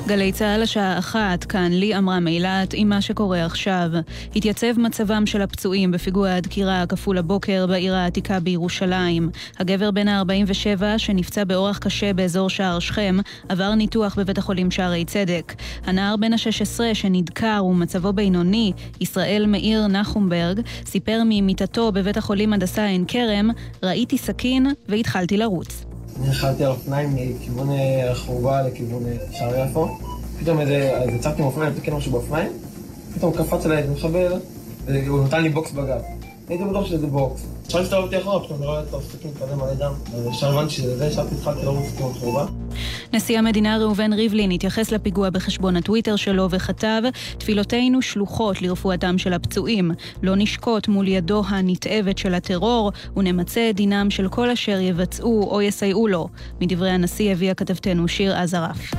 גלי צהל השעה 1, כאן לי אמרה מילת עם מה שקורה עכשיו. התייצב מצבם של הפצועים בפיגוע הדקירה הכפול הבוקר בעיר העתיקה בירושלים. הגבר בן ה-47 שנפצע באורח קשה באזור שער שכם עבר ניתוח בבית החולים שערי צדק. הנער בן ה-16 שנדקר ומצבו בינוני, ישראל מאיר נחומברג, סיפר ממיטתו בבית החולים הדסה עין כרם, ראיתי סכין והתחלתי לרוץ. אני החלתי על אופניים מכיוון החורבה לכיוון שער יפו. פתאום יצאתי עם אופניים, תקן משהו באופניים. פתאום קפץ עליי את מחבל, והוא נתן לי בוקס בגב. הייתי בטוח שזה בוקס. עכשיו הסתובבתי אחורה, פתאום אני רואה את הסכין כזה מלא דם. עכשיו הבנתי שזה, עכשיו התחלתי לרוץ כיוון חורבה. נשיא המדינה ראובן ריבלין התייחס לפיגוע בחשבון הטוויטר שלו וכתב, תפילותינו שלוחות לרפואתם של הפצועים. לא נשקוט מול ידו הנתעבת של הטרור, ונמצא דינם של כל אשר יבצעו או יסייעו לו. מדברי הנשיא הביאה כתבתנו שיר עזרף.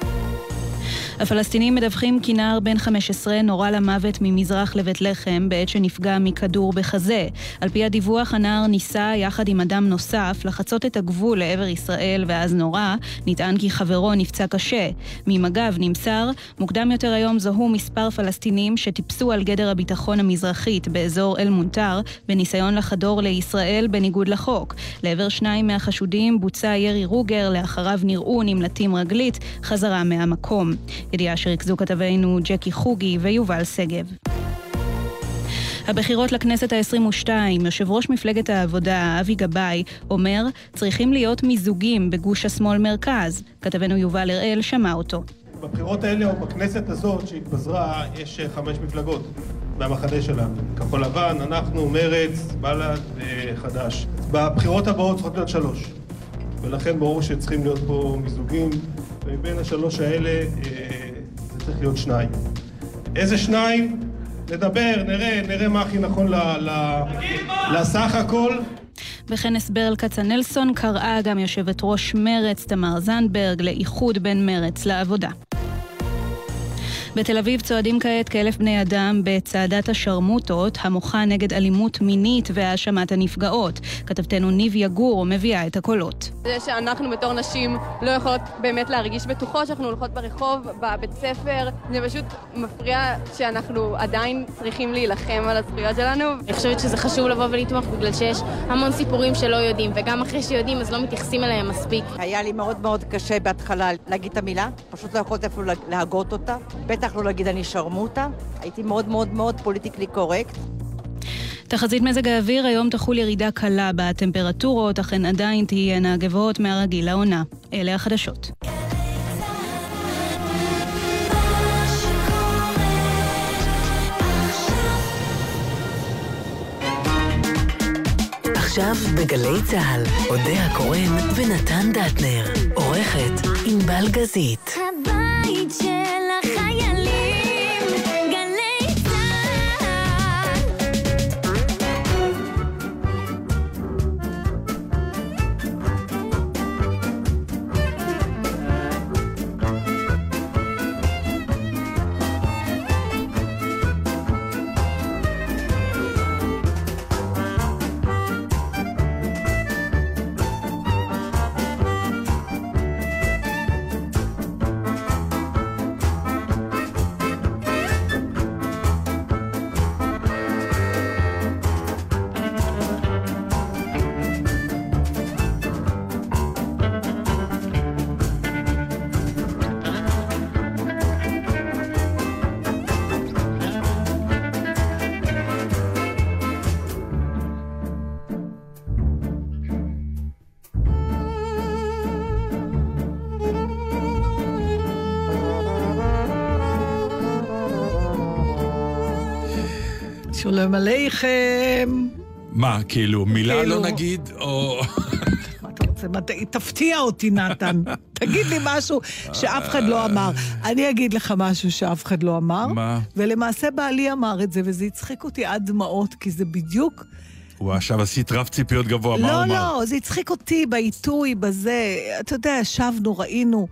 הפלסטינים מדווחים כי נער בן 15 נורה למוות ממזרח לבית לחם בעת שנפגע מכדור בחזה. על פי הדיווח, הנער ניסה יחד עם אדם נוסף לחצות את הגבול לעבר ישראל ואז נורה. נטען כי חברו נפצע קשה. ממג"ב נמסר, מוקדם יותר היום זוהו מספר פלסטינים שטיפסו על גדר הביטחון המזרחית באזור אל-מונטר בניסיון לחדור לישראל בניגוד לחוק. לעבר 2 מהחשודים בוצע ירי רוגר, לאחריו נראו נמלטים רגלית חזרה מהמקום. ידיעה שריכזו כתבינו ג'קי חוגי ויובל סגב. הבחירות לכנסת ה-22, יושב ראש מפלגת העבודה אבי גבאי אומר, צריכים להיות מיזוגים בגוש השמאל מרכז. כתבנו יובל הראל שמע אותו. בבחירות האלה או בכנסת הזאת שהתפזרה יש 5 מפלגות מהמחנה שלנו. כחול לבן, אנחנו, מרץ, בל"ד וחד"ש. בבחירות הבאות צריכות להיות 3. ולכן ברור שצריכים להיות פה מיזוגים, ומבין 3 האלה זה צריך להיות 2. איזה 2? נדבר, נראה מה הכי נכון לסך הכל. בכנס ברל כצנלסון קראה גם יושבת ראש מרץ תמר זנדברג לאיחוד בין מרץ לעבודה. בתל אביב צועדים כעת כ1,000 בני אדם בצעדת השרמוטות, המוחה נגד אלימות מינית והאשמת הנפגעות. כתבתנו ניב יגור מביאה את הקולות. זה שאנחנו בתור נשים לא יכולות באמת להרגיש בטוחות שאנחנו הולכות ברחוב, בבית ספר, זה פשוט מפריע שאנחנו עדיין צריכים להילחם על הזכויות שלנו. אני חושבת שזה חשוב לבוא ולתמוך בגלל שיש המון סיפורים שלא יודעים, וגם אחרי שיודעים אז לא מתייחסים אליהם מספיק. היה לי מאוד מאוד קשה בהתחלה להגיד את המילה, פשוט לא יכולת אפילו להגות אותה. בטח לא להגיד אני שרמוטה, הייתי מאוד מאוד מאוד פוליטיקלי קורקט. תחזית מזג האוויר, היום תחול ירידה קלה בטמפרטורות, אכן עדיין תהיינה גבוהות מהרגיל לעונה. אלה החדשות. עכשיו בגלי צהל, אודה הקורן ונתן דטנר, עורכת ענבל גזית. הבית של החיילים, גלי צהל. שלום עליכם. מה, כאילו, מילה לא נגיד, או... מה אתה רוצה? תפתיע אותי, נתן. תגיד לי משהו שאף אחד לא אמר. אני אגיד לך משהו שאף אחד לא אמר. מה? ולמעשה בעלי אמר את זה, וזה הצחיק אותי עד דמעות, כי זה בדיוק... עכשיו עשית רב ציפיות גבוה, מה הוא אמר? לא, זה הצחיק אותי בעיתוי, בזה. אתה יודע, ישבנו, ראינו...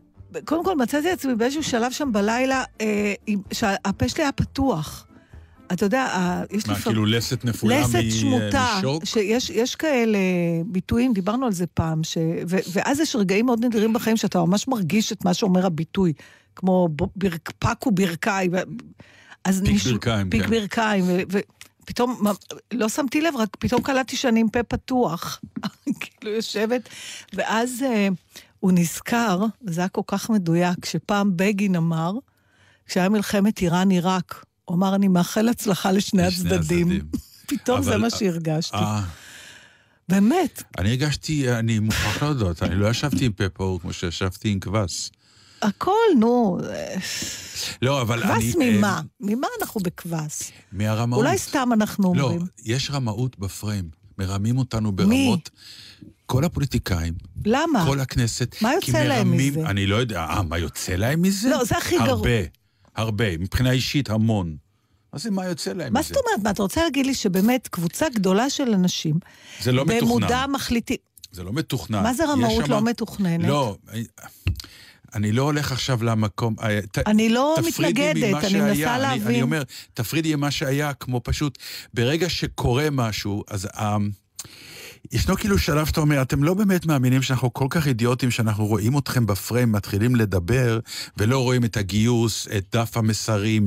קודם כל, מצאתי עצמי באיזשהו שלב שם בלילה, שהפה שלי היה פתוח. אתה יודע, יש מה, כאילו לסת נפולה לסת שמוטה, משוק? שיש כאלה ביטויים, דיברנו על זה פעם, ואז יש רגעים מאוד נדירים בחיים שאתה ממש מרגיש את מה שאומר הביטוי, כמו פק וברכיים. פיק ברכיים, פיק כן. ברכיים, ופתאום, לא שמתי לב, רק פתאום קלטתי שאני עם פה פתוח. כאילו יושבת, ואז הוא נזכר, וזה היה כל כך מדויק, שפעם בגין אמר, כשהיה מלחמת איראן-עיראק, הוא אמר, אני מאחל הצלחה לשני הצדדים. פתאום זה מה שהרגשתי. באמת. אני הרגשתי, אני מוכרח להודות, אני לא ישבתי עם פה פעור כמו שישבתי עם כבש. הכל, נו. לא, אבל אני... כבש ממה? ממה אנחנו בכבש? מהרמאות. אולי סתם אנחנו אומרים. לא, יש רמאות בפריים. מרמים אותנו ברמות. כל הפוליטיקאים. למה? כל הכנסת. מה יוצא להם מזה? אני לא יודע, מה יוצא להם מזה? לא, זה הכי גרוע. הרבה. מבחינה אישית, המון. אז מה יוצא להם מזה? מה זאת אומרת? מה, אתה רוצה להגיד לי שבאמת קבוצה גדולה של אנשים... זה לא מתוכנן. במודע מחליטים... זה לא מתוכנן. מה זה רמאות לא מתוכננת? לא, אני לא הולך עכשיו למקום... אני לא מתנגדת, אני מנסה להבין. אני אומר, תפרידי מה שהיה, כמו פשוט, ברגע שקורה משהו, אז ישנו כאילו שלב שאתה אומר, אתם לא באמת מאמינים שאנחנו כל כך אידיוטים, שאנחנו רואים אתכם בפריים, מתחילים לדבר, ולא רואים את הגיוס, את דף המסרים,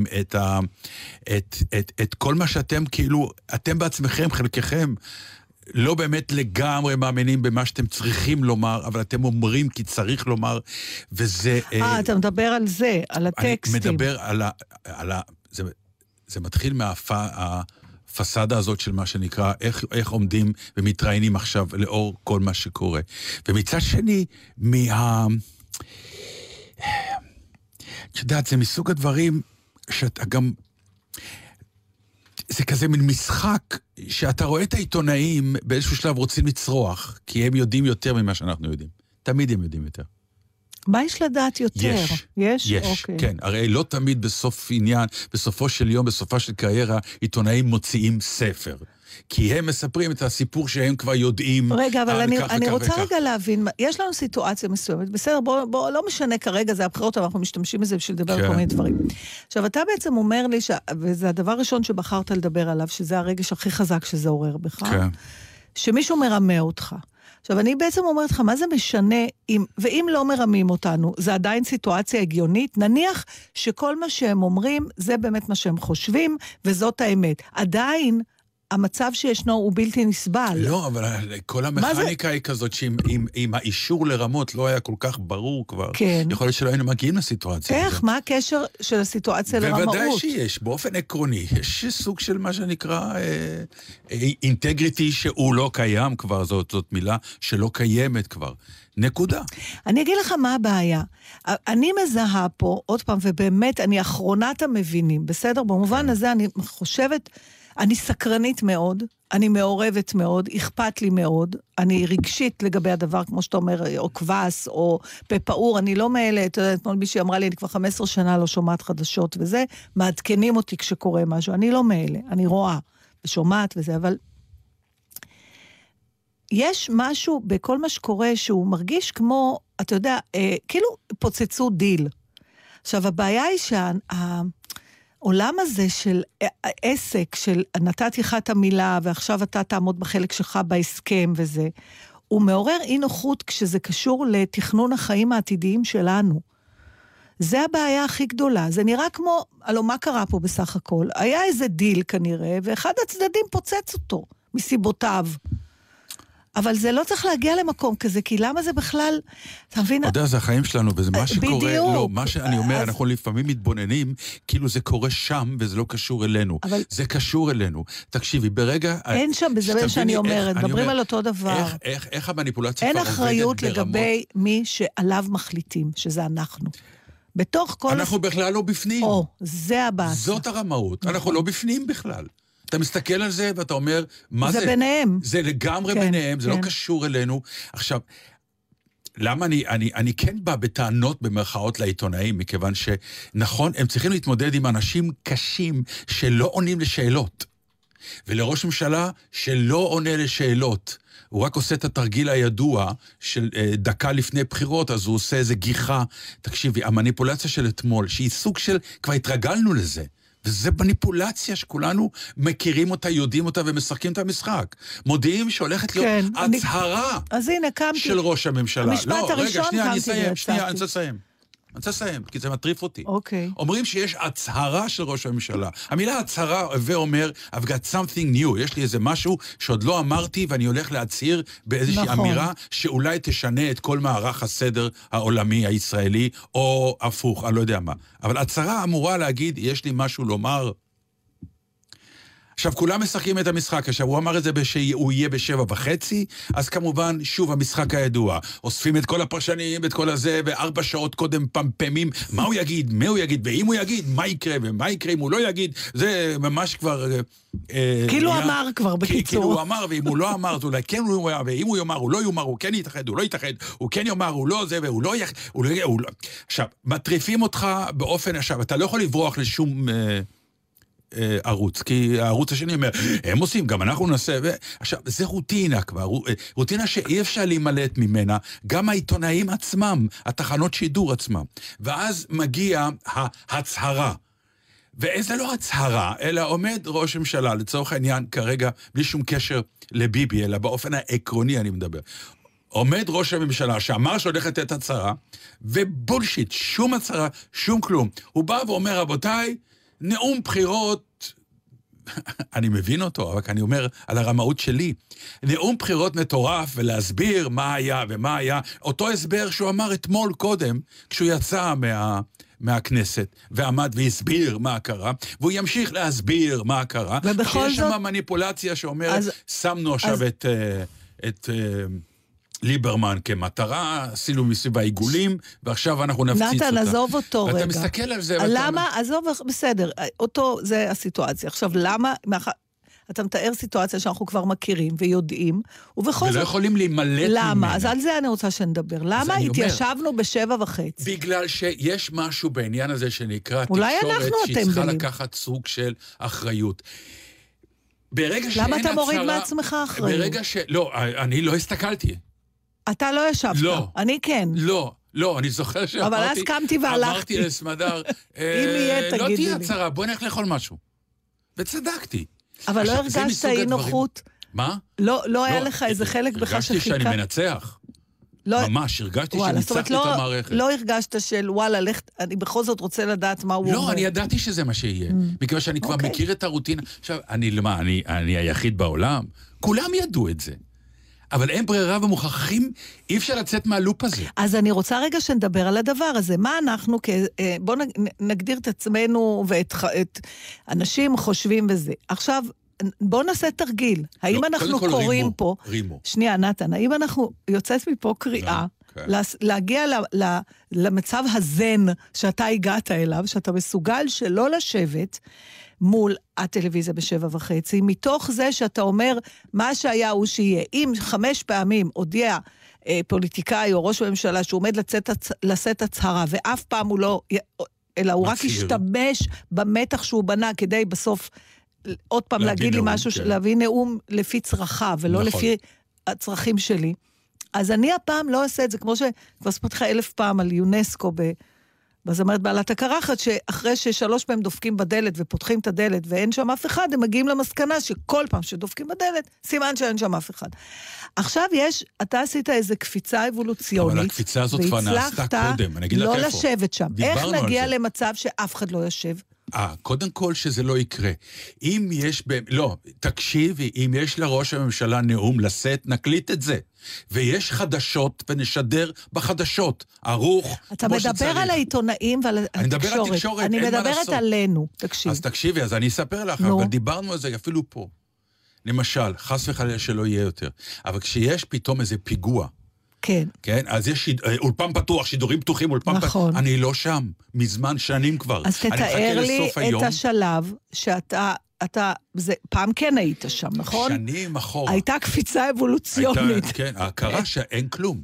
את כל מה שאתם כאילו, אתם בעצמכם, חלקכם, לא באמת לגמרי מאמינים במה שאתם צריכים לומר, אבל אתם אומרים כי צריך לומר, וזה... אתה מדבר על זה, על הטקסטים. אני מדבר על זה מתחיל הפסדה הזאת של מה שנקרא, איך עומדים ומתראיינים עכשיו לאור כל מה שקורה. ומצד שני, את יודעת, זה מסוג הדברים שאתה גם... זה כזה מין משחק שאתה רואה את העיתונאים באיזשהו שלב רוצים לצרוח, כי הם יודעים יותר ממה שאנחנו יודעים. תמיד הם יודעים יותר. מה יש לדעת יותר? יש, אוקיי. כן. הרי לא תמיד בסוף עניין, בסופו של יום, בסופה של קריירה, עיתונאים מוציאים ספר. כי הם מספרים את הסיפור שהם כבר יודעים. רגע, אבל אני רוצה רגע להבין, יש לנו סיטואציה מסוימת, בסדר, בוא לא משנה כרגע, זה הבחירות, אבל אנחנו משתמשים בזה בשביל לדבר על כל מיני דברים. עכשיו, אתה בעצם אומר לי, וזה הדבר הראשון שבחרת לדבר עליו, שזה הרגש הכי חזק שזה עורר בך, שמישהו מרמה אותך. עכשיו, אני בעצם אומרת לך, מה זה משנה, ואם לא מרמים אותנו, זה עדיין סיטואציה הגיונית, נניח שכל מה שהם אומרים, זה באמת מה שהם חושבים, וזאת האמת. עדיין, המצב שישנו הוא בלתי נסבל. לא, אבל כל המכניקה היא כזאת, שאם האישור לרמות לא היה כל כך ברור כבר, יכול להיות שלא היינו מגיעים לסיטואציה הזאת. איך? מה הקשר של הסיטואציה לרמאות? בוודאי שיש, באופן עקרוני, יש סוג של מה שנקרא אינטגריטי שהוא לא קיים כבר, זאת מילה שלא קיימת כבר. נקודה. אני אגיד לך מה הבעיה. אני מזהה פה, עוד פעם, ובאמת, אני אחרונת המבינים, בסדר? במובן הזה אני חושבת... אני סקרנית מאוד, אני מעורבת מאוד, אכפת לי מאוד, אני רגשית לגבי הדבר, כמו שאתה אומר, או כבס, או פפאור, אני לא מאלה, אתה יודע, אתמול מישהי אמרה לי, אני כבר 15 שנה לא שומעת חדשות, וזה, מעדכנים אותי כשקורה משהו, אני לא מאלה, אני רואה, ושומעת וזה, אבל יש משהו בכל מה שקורה, שהוא מרגיש כמו, אתה יודע, כאילו פוצצו דיל. עכשיו, הבעיה היא העולם הזה של עסק, של נתתי לך את המילה, ועכשיו אתה תעמוד בחלק שלך בהסכם וזה, הוא מעורר אי נוחות כשזה קשור לתכנון החיים העתידיים שלנו. זה הבעיה הכי גדולה. זה נראה כמו, הלוא מה קרה פה בסך הכל? היה איזה דיל כנראה, ואחד הצדדים פוצץ אותו, מסיבותיו. אבל זה לא צריך להגיע למקום כזה, כי למה זה בכלל, אתה מבין? אתה יודע, זה החיים שלנו, וזה מה שקורה, בדיוק. לא, מה שאני אומר, אנחנו לפעמים מתבוננים, כאילו זה קורה שם, וזה לא קשור אלינו. זה קשור אלינו. תקשיבי, ברגע... אין שם, בזה שאני אומרת, מדברים על אותו דבר. איך המניפולציה כבר עובדת ברמות? אין אחריות לגבי מי שעליו מחליטים, שזה אנחנו. בתוך כל... אנחנו בכלל לא בפנים. זה הבעיה. זאת הרמאות, אנחנו לא בפנים בכלל. אתה מסתכל על זה ואתה אומר, מה זה? זה ביניהם. זה לגמרי ביניהם, זה לא קשור אלינו. עכשיו, למה אני כן בא בטענות במרכאות לעיתונאים, מכיוון שנכון, הם צריכים להתמודד עם אנשים קשים שלא עונים לשאלות. ולראש ממשלה שלא עונה לשאלות. הוא רק עושה את התרגיל הידוע של דקה לפני בחירות, אז הוא עושה איזה גיחה. תקשיבי, המניפולציה של אתמול, שהיא סוג של, כבר התרגלנו לזה. וזה מניפולציה שכולנו מכירים אותה, יודעים אותה ומשחקים את המשחק. מודיעים שהולכת להיות הצהרה של ראש הממשלה. המשפט הראשון קמתי ויצאתי. אני רוצה לסיים, כי זה מטריף אותי. אומרים שיש הצהרה של ראש הממשלה. המילה הצהרה ואומר, I've got something new, יש לי איזה משהו שעוד לא אמרתי, ואני הולך להצהיר באיזושהי אמירה, שאולי תשנה את כל מערך הסדר העולמי הישראלי, או הפוך, אני לא יודע מה. אבל הצהרה אמורה להגיד, יש לי משהו לומר. עכשיו, כולם משחקים את המשחק. עכשיו, הוא אמר את זה שהוא יהיה ב7:30, אז כמובן, שוב, המשחק הידוע. אוספים את כל הפרשנים, את כל הזה, ו4 שעות קודם פמפמים, מה הוא יגיד, מה הוא יגיד, ואם הוא יגיד, מה יקרה, ומה יקרה אם הוא לא יגיד, זה ממש כבר... כאילו אמר כבר, בקיצור. כאילו הוא אמר, ואם הוא לא אמר, אולי כן הוא אמר, ואם הוא יאמר, הוא לא יאמר, הוא כן יתאחד, הוא לא יתאחד, הוא כן יאמר, הוא לא זה, והוא לא עכשיו, מטריפים אותך באופן, עכשיו, אתה לא יכול לברוח לשום... ערוץ, כי הערוץ השני אומר, הם עושים, גם אנחנו נעשה, עכשיו, זה רוטינה כבר, רוטינה שאי אפשר להימלט ממנה, גם העיתונאים עצמם, התחנות שידור עצמם, ואז מגיע ההצהרה, ואיזה לא הצהרה, אלא עומד ראש ממשלה, לצורך העניין, כרגע, בלי שום קשר לביבי, אלא באופן העקרוני אני מדבר, עומד ראש הממשלה שאמר שהולך לתת הצהרה, ובולשיט, שום הצהרה, שום כלום, הוא בא ואומר, רבותיי, נאום בחירות, אני מבין אותו, אבל אני אומר על הרמאות שלי, נאום בחירות מטורף ולהסביר מה היה ומה היה, אותו הסבר שהוא אמר אתמול קודם, כשהוא יצא מהכנסת, ועמד והסביר מה קרה, והוא ימשיך להסביר מה קרה, שיש שם מניפולציה שאומרת, שמנו עכשיו את ליברמן כמטרה, עשינו מסביב העיגולים, ועכשיו אנחנו נפציץ אותה. נתן, עזוב אותו רגע. ואתה מסתכל על זה. למה? עזוב, בסדר, אותו, זה הסיטואציה. עכשיו, למה? אתה מתאר סיטואציה שאנחנו כבר מכירים ויודעים, ובכל זאת... ולא יכולים להימלט ממנה. למה? אז על זה אני רוצה שנדבר. למה התיישבנו ב7:30? בגלל שיש משהו בעניין הזה שנקרא תקשורת, שהיא צריכה לקחת סוג של אחריות. למה אתה מוריד מעצמך אחריות? ברגע לא, אני לא הסתכלתי. אתה לא ישבת. לא. אני כן. לא, אני זוכר שאמרתי... אבל אז קמתי והלכתי. אמרתי לסמדר, אם יהיה, תגידי לי. לא תהיה הצהרה, בוא נלך לאכול משהו. וצדקתי. אבל לא הרגשת אי נוחות? מה? לא היה לך איזה חלק בך שחיכה? הרגשתי שאני מנצח. ממש, הרגשתי שניצחתי את המערכת. לא הרגשת של וואלה, אני בכל זאת רוצה לדעת מה הוא אומר. לא, אני ידעתי שזה מה שיהיה. מכיוון שאני כבר מכיר את הרוטינה. עכשיו, אני היחיד בעולם? כולם ידעו את זה. אבל אין ברירה ומוכרחים, אי אפשר לצאת מהלופ הזה. אז אני רוצה רגע שנדבר על הדבר הזה. מה אנחנו, בואו נגדיר את עצמנו ואת אנשים חושבים בזה. עכשיו, בואו נעשה תרגיל. האם אנחנו קוראים פה... שנייה, נתן, האם אנחנו יוצאת מפה קריאה, להגיע למצב הזן שאתה הגעת אליו, שאתה מסוגל שלא לשבת מול הטלוויזיה ב7:30, מתוך זה שאתה אומר, מה שהיה הוא שיהיה. אם 5 פעמים הודיע פוליטיקאי או ראש הממשלה שהוא עומד לשאת הצהרה, ואף פעם הוא לא, אלא הוא רק השתמש במתח שהוא בנה כדי בסוף עוד פעם להגיד לי משהו, להביא נאום לפי צרכיו, ולא לפי הצרכים שלי. אז אני הפעם לא אעשה את זה, כמו שכבר ספרתי לך 1000 פעם על יונסקו, בזמרת בעלת הקרחת, שאחרי ש3 פעמים דופקים בדלת, ופותחים את הדלת, ואין שם אף אחד, הם מגיעים למסקנה, שכל פעם שדופקים בדלת, סימן שאין שם אף אחד. עכשיו אתה עשית איזו קפיצה אבולוציונית, אבל הקפיצה הזאת כבר נעשתה קודם, אני אגיד לך איפה. לא לשבת שם. איך נגיע למצב שאף אחד לא יושב? קודם כל שזה לא יקרה. אם יש, תקשיבי, אם יש לראש הממשלה נאום לשאת, נקליט את זה. ויש חדשות ונשדר בחדשות. ערוך, אתה מדבר על העיתונאים ועל התקשורת. אני מדבר על תקשורת, אני מדברת עלינו, תקשיב. אז תקשיבי, אז אני אספר לך, אבל דיברנו על זה אפילו פה. למשל, חס וחלילה שלא יהיה יותר. אבל כשיש פתאום איזה פיגוע, כן, אז יש אולפן פתוח, שידורים פתוחים, אולפן פתוח. אני לא שם, מזמן שנים כבר. אז תתאר לי את השלב שאתה, פעם כן היית שם, נכון? שנים אחורה. הייתה קפיצה אבולוציונית. כן, ההכרה שאין כלום.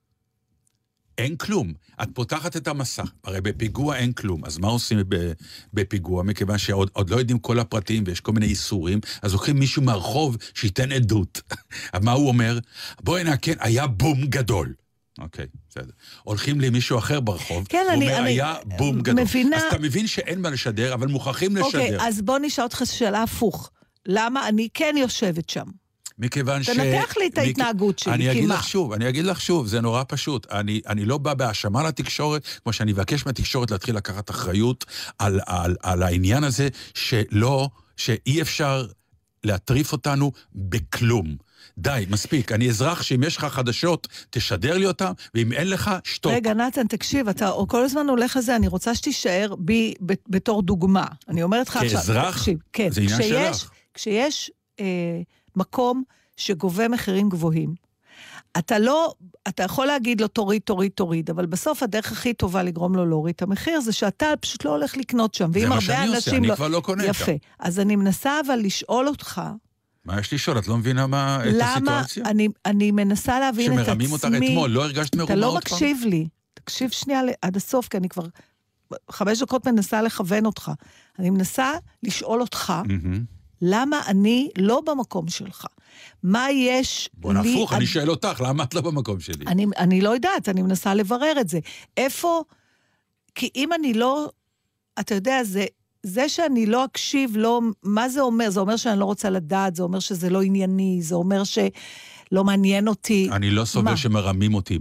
אין כלום. את פותחת את המסך, הרי בפיגוע אין כלום. אז מה עושים בפיגוע? מכיוון שעוד לא יודעים כל הפרטים ויש כל מיני איסורים, אז לוקחים מישהו מהרחוב שייתן עדות. מה הוא אומר? בואי נעקן, היה בום גדול. אוקיי, בסדר. הולכים למישהו אחר ברחוב, כן, הוא אני היה בום גדול. מבינה... אז אתה מבין שאין מה לשדר, אבל מוכרחים לשדר. אוקיי, אז בוא נשאל אותך שאלה הפוך. למה אני כן יושבת שם? מכיוון תנתח לי את ההתנהגות שלי, אני אגיד לך שוב, זה נורא פשוט. אני לא בא בהאשמה לתקשורת, כמו שאני מבקש מהתקשורת להתחיל לקחת אחריות על העניין הזה, שאי אפשר להטריף אותנו בכלום. די, מספיק. אני אזרח שאם יש לך חדשות, תשדר לי אותם, ואם אין לך, שתוק. רגע, נתן, תקשיב, אתה כל הזמן הולך לזה, אני רוצה שתישאר בי בתור דוגמה. אני אומרת לך עכשיו... כאזרח? תקשיב, כן, זה עניין שלך. כשיש מקום שגובה מחירים גבוהים, אתה יכול להגיד לו תוריד, אבל בסוף הדרך הכי טובה לגרום לו להוריד את המחיר, זה שאתה פשוט לא הולך לקנות שם. זה מה שאני עושה, אני כבר לא קונה שם. יפה. אז אני מנסה אבל לשאול אותך, מה יש לשאול? את לא מבינה את הסיטואציה? למה אני מנסה להבין את עצמי. שמרמים אותך אתמול, לא הרגשת מרומה אתה עוד לא מקשיב לי. תקשיב שנייה עד הסוף, כי אני כבר 5 דקות מנסה לכוון אותך. אני מנסה לשאול אותך, למה אני לא במקום שלך? מה יש לי... בוא נהפוך, אני שואל אותך, למה את לא במקום שלי? אני לא יודעת, אני מנסה לברר את זה. איפה... כי אם אני לא... אתה יודע, זה שאני לא אקשיב, מה זה אומר? זה אומר שאני לא רוצה לדעת, זה אומר שזה לא ענייני, זה אומר שלא מעניין אותי. אני לא סובל שמרמים אותי.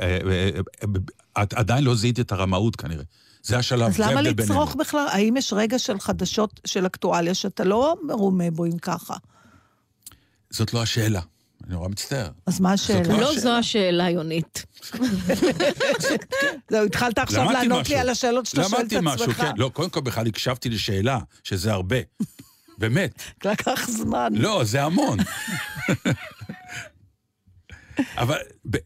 את עדיין לא זיהית את הרמאות כנראה. זה השלב, אז למה לצרוך בכלל? האם יש רגע של חדשות של אקטואליה שאתה לא מרומה בו אם ככה? זאת לא השאלה. אני נורא מצטער. אז מה השאלה? לא זו השאלה, יונית. זהו, התחלת עכשיו לענות לי על השאלות שאתה שואל את עצמך. למדתי משהו, כן. לא, קודם כל בכלל הקשבתי לשאלה, שזה הרבה. באמת. לקח זמן. לא, זה המון. אבל...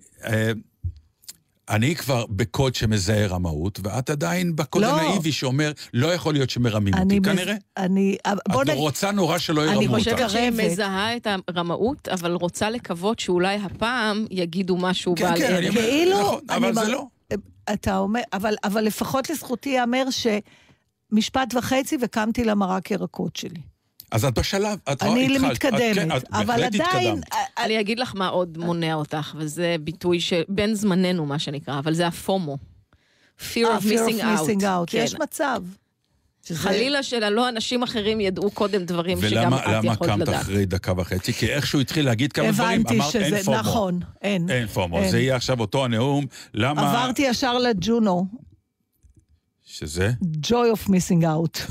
אני כבר בקוד שמזהה רמאות, ואת עדיין בקוד הנאיבי שאומר, לא יכול להיות שמרמים אותי, כנראה. את רוצה נורא שלא ירמו אותה. אני חושבת שהיא מזהה את הרמאות, אבל רוצה לקוות שאולי הפעם יגידו משהו בעל ערך. כאילו, אבל זה לא. אתה אומר, אבל לפחות לזכותי יאמר שמשפט וחצי וקמתי למרק ירקות שלי. אז את בשלב, אני מתקדמת, אבל עדיין... אני אגיד לך מה עוד מונע אותך, וזה ביטוי שבין זמננו, מה שנקרא, אבל זה הפומו. Fear of missing out. יש מצב. חלילה שלא אנשים אחרים ידעו קודם דברים שגם את יכולת לדעת. ולמה קמת אחרי דקה וחצי? כי איכשהו התחיל להגיד כמה דברים, אמרת אין פומו. נכון, אין. אין פומו, זה יהיה עכשיו אותו הנאום, למה... עברתי ישר לג'ונו. שזה? Joy of missing out.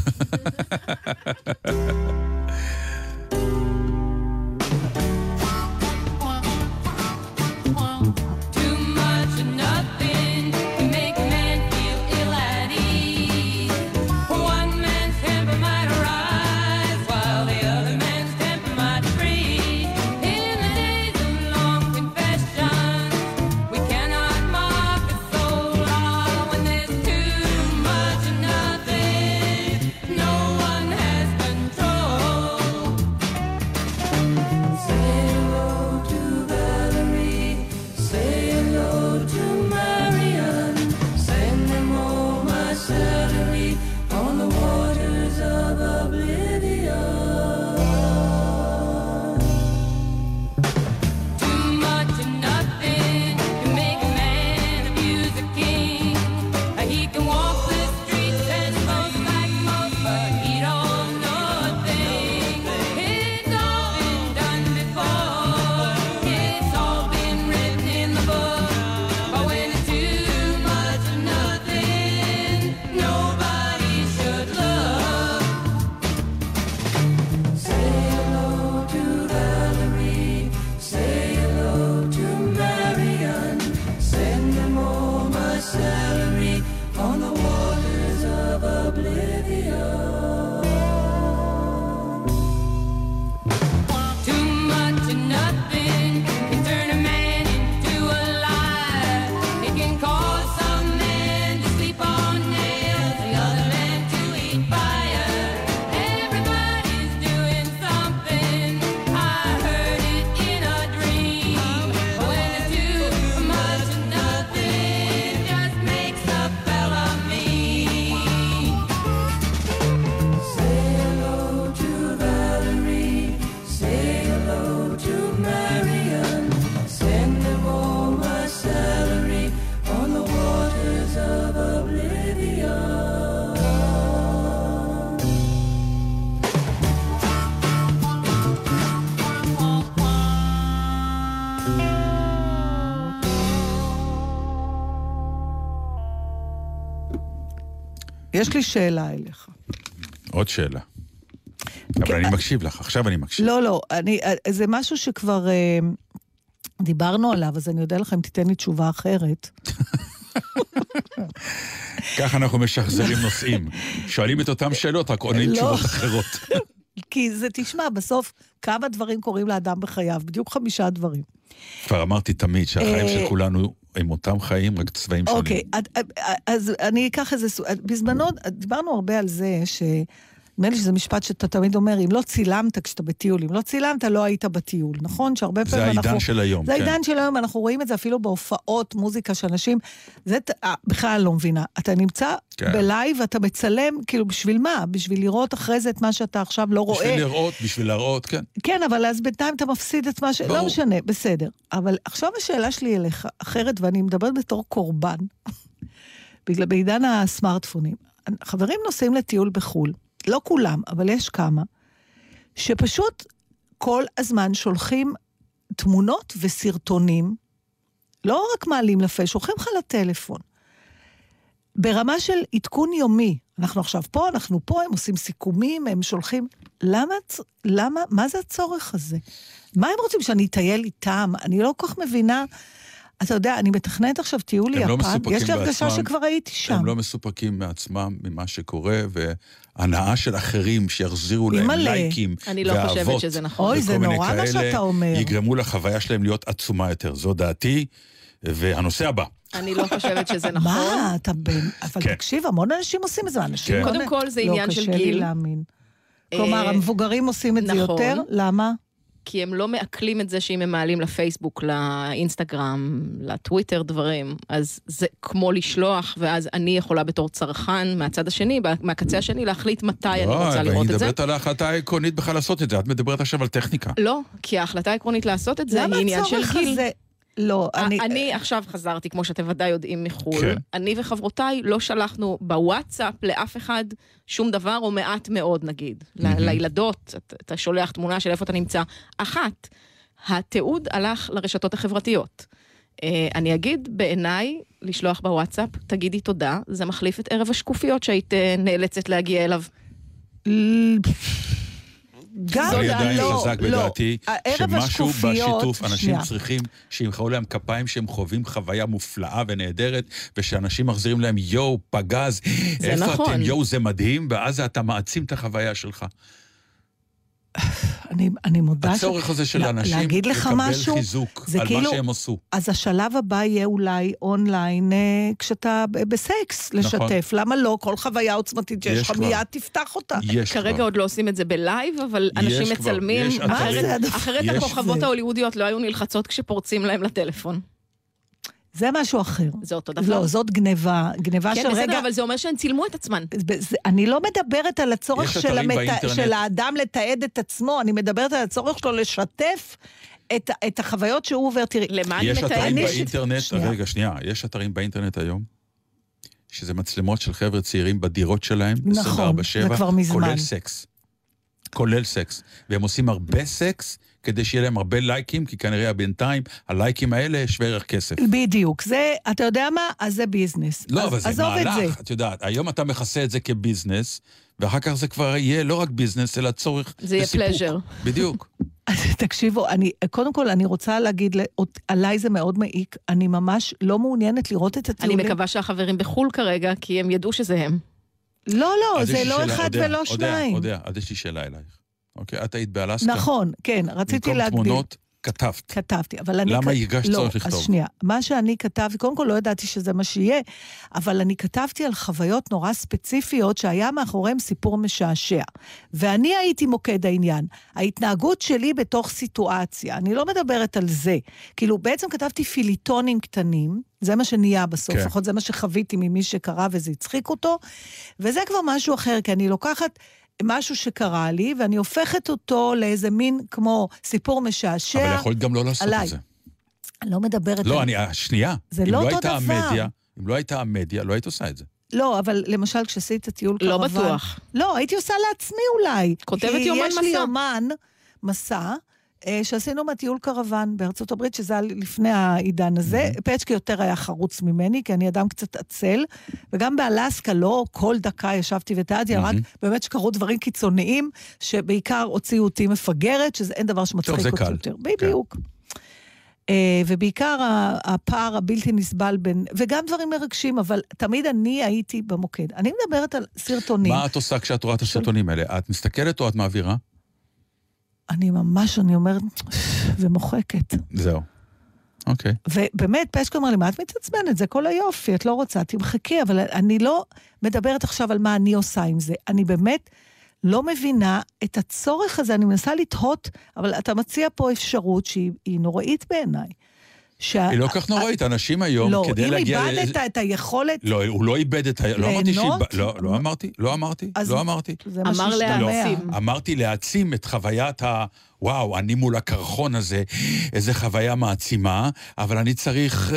יש לי שאלה אליך. עוד שאלה. אבל אני מקשיב לך, עכשיו אני מקשיב. לא, זה משהו שכבר דיברנו עליו, אז אני יודע לך אם תיתן לי תשובה אחרת. ככה אנחנו משחזרים נושאים. שואלים את אותם שאלות, רק עונים תשובות אחרות. כי זה, תשמע, בסוף כמה דברים קורים לאדם בחייו, בדיוק 5 דברים. כבר אמרתי תמיד שהחיים של כולנו הם אותם חיים, רק צבעים שונים. אוקיי, אז אני אקח איזה... בזמנו דיברנו הרבה על זה נדמה לי שזה משפט שאתה תמיד אומר, אם לא צילמת כשאתה בטיול, אם לא צילמת, לא היית בטיול, נכון? שהרבה פעמים אנחנו... זה העידן של היום, זה העידן של היום, אנחנו רואים את זה אפילו בהופעות, מוזיקה שאנשים... זה בכלל לא מבינה. אתה נמצא בלייב ואתה מצלם, כאילו בשביל מה? בשביל לראות אחרי זה את מה שאתה עכשיו לא רואה. בשביל לראות, בשביל להראות, כן. כן, אבל אז בינתיים אתה מפסיד את מה ש... לא משנה, בסדר. אבל עכשיו השאלה שלי אליך אחרת, ואני מדברת בתור קורבן, בגלל בעידן הסמארטפונים. חברים נוסעים לטיול בחול, לא כולם, אבל יש כמה, שפשוט כל הזמן שולחים תמונות וסרטונים, לא רק מעלים לפייס, שולחים לך לטלפון. ברמה של עדכון יומי, אנחנו עכשיו פה, אנחנו פה, הם עושים סיכומים, הם שולחים, למה, מה זה הצורך הזה? מה הם רוצים, שאני אטייל איתם? אני לא כל כך מבינה, אתה יודע, אני מתכננת עכשיו טיול ליפן, יש לי הרגשה שכבר הייתי שם. הם לא מסופקים מעצמם ממה שקורה, והנאה של אחרים שיחזירו להם לייקים ואהבות. אני לא חושבת שזה נכון. אוי, זה נורא מה שאתה אומר. יגרמו לחוויה שלהם להיות עצומה יותר. זו דעתי, והנושא הבא. אני לא חושבת שזה נכון. מה, אתה בן... אבל תקשיב, המון אנשים עושים את זה, אנשים... קודם כל זה עניין של גיל. לא, קשה לי להאמין. כלומר, המבוגרים עושים את זה יותר, למה? כי הם לא מעכלים את זה שאם הם מעלים לפייסבוק, לאינסטגרם, לטוויטר דברים, אז זה כמו לשלוח, ואז אני יכולה בתור צרכן מהצד השני, מהקצה השני, להחליט מתי אני רוצה לראות את זה. אני מדברת על ההחלטה העקרונית בכלל לעשות את זה, את מדברת עכשיו על טכניקה. לא, כי ההחלטה העקרונית לעשות את זה היא עניין של גיל. לא, אני עכשיו חזרתי, כמו שאתם ודאי יודעים מחול, אני וחברותיי לא שלחנו בוואטסאפ לאף אחד שום דבר, או מעט מאוד נגיד. לילדות, אתה שולח תמונה של איפה אתה נמצא. אחת, התיעוד הלך לרשתות החברתיות. אני אגיד, בעיניי, לשלוח בוואטסאפ, תגידי תודה, זה מחליף את ערב השקופיות שהיית נאלצת להגיע אליו. גם אני עדיין חזק בדעתי שמשהו בשיתוף אנשים צריכים שימחאו להם כפיים שהם חווים חוויה מופלאה ונהדרת ושאנשים מחזירים להם יו פגז איפה אתם יו זה מדהים ואז אתה מעצים את החוויה שלך. אני מודה הצורך הזה של אנשים לקבל חיזוק על מה שהם עשו. אז השלב הבא יהיה אולי אונליין כשאתה בסקס לשתף. למה לא? כל חוויה עוצמתית שיש לך מיד תפתח אותה. כרגע עוד לא עושים את זה בלייב, אבל אנשים מצלמים. אחרת הכוכבות ההוליוודיות לא היו נלחצות כשפורצים להם לטלפון. זה משהו אחר. זה אותו דבר. לא, זאת גניבה של רגע. כן, בסדר, אבל זה אומר שהן צילמו את עצמן. אני לא מדברת על הצורך של האדם לתעד את עצמו, אני מדברת על הצורך שלו לשתף את החוויות שהוא עובר. תראי, יש אתרים באינטרנט, רגע, שנייה, יש אתרים באינטרנט היום, שזה מצלמות של חבר'ה צעירים בדירות שלהם, נכון, זה כבר מזמן. כולל סקס. והם עושים הרבה סקס, כדי שיהיה להם הרבה לייקים, כי כנראה בינתיים, הלייקים האלה שווה ערך כסף. בדיוק, זה, אתה יודע מה? אז זה ביזנס. לא, אבל זה מהלך, את יודעת, היום אתה מכסה את זה כביזנס, ואחר כך זה כבר יהיה לא רק ביזנס, אלא צורך זה יהיה פלז'ר. בדיוק. תקשיבו, קודם כל אני רוצה להגיד, עליי זה מאוד מעיק, אני ממש לא מעוניינת לראות את הטיולים. אני מקווה שהחברים בחול כרגע, כי הם ידעו שזה הם. לא, זה לא אחד ולא שניים. עוד יש לי שאלה אלייך. אוקיי, את היית באלסקה? נכון, כן, רציתי להגדיל. במקום תמונות, כתבתי, אבל אני... למה הרגשת צורך לכתוב? אז שנייה, מה שאני כתבתי, קודם כל לא ידעתי שזה מה שיהיה, אבל אני כתבתי על חוויות נורא ספציפיות, שהיה מאחוריהם סיפור משעשע. ואני הייתי מוקד העניין. ההתנהגות שלי בתוך סיטואציה, אני לא מדברת על זה. כאילו, בעצם כתבתי פיליטונים קטנים, זה מה שנהיה בסוף, לפחות זה מה שחוויתי ממי שקרא וזה הצחיק אותו, וזה כבר משהו אחר, כי אני לוקחת... משהו שקרה לי, ואני הופכת אותו לאיזה מין כמו סיפור משעשע. אבל יכולת גם לא לעשות את זה. אני לא מדברת... לא, שנייה. זה לא אותו דבר. אם לא הייתה המדיה, לא היית עושה את זה. לא, אבל למשל כשעשית הטיול לא בטוח. לא, הייתי עושה לעצמי אולי. כותבת יומן מסע. כי יש לי יומן מסע, שעשינו מהטיול קרוון בארצות הברית, שזה היה לפני העידן הזה. פצ'קי יותר היה חרוץ ממני, כי אני אדם קצת עצל, וגם באלסקה לא כל דקה ישבתי וטעתי, רק באמת שקרו דברים קיצוניים, שבעיקר הוציאו אותי מפגרת, שזה אין דבר שמצחיק אותי יותר. בדיוק. ובעיקר הפער הבלתי נסבל בין, וגם דברים מרגשים, אבל תמיד אני הייתי במוקד. אני מדברת על סרטונים. מה את עושה כשאת רואה את הסרטונים האלה? את מסתכלת או את מעבירה? אני ממש, אני אומרת, ומוחקת. זהו. אוקיי. ובאמת, פשק אומר לי, מה את מתעצבנת? זה כל היופי, את לא רוצה, תמחקי, אבל אני לא מדברת עכשיו על מה אני עושה עם זה. אני באמת לא מבינה את הצורך הזה, אני מנסה לתהות, אבל אתה מציע פה אפשרות שהיא נוראית בעיניי. היא לא כך נוראית, אנשים היום, כדי להגיע... לא, אם איבדת את היכולת... לא, הוא לא איבד את... לא אמרתי. אמר להעצים. אמרתי להעצים את חוויית וואו, אני מול הקרחון הזה, איזה חוויה מעצימה, אבל אני צריך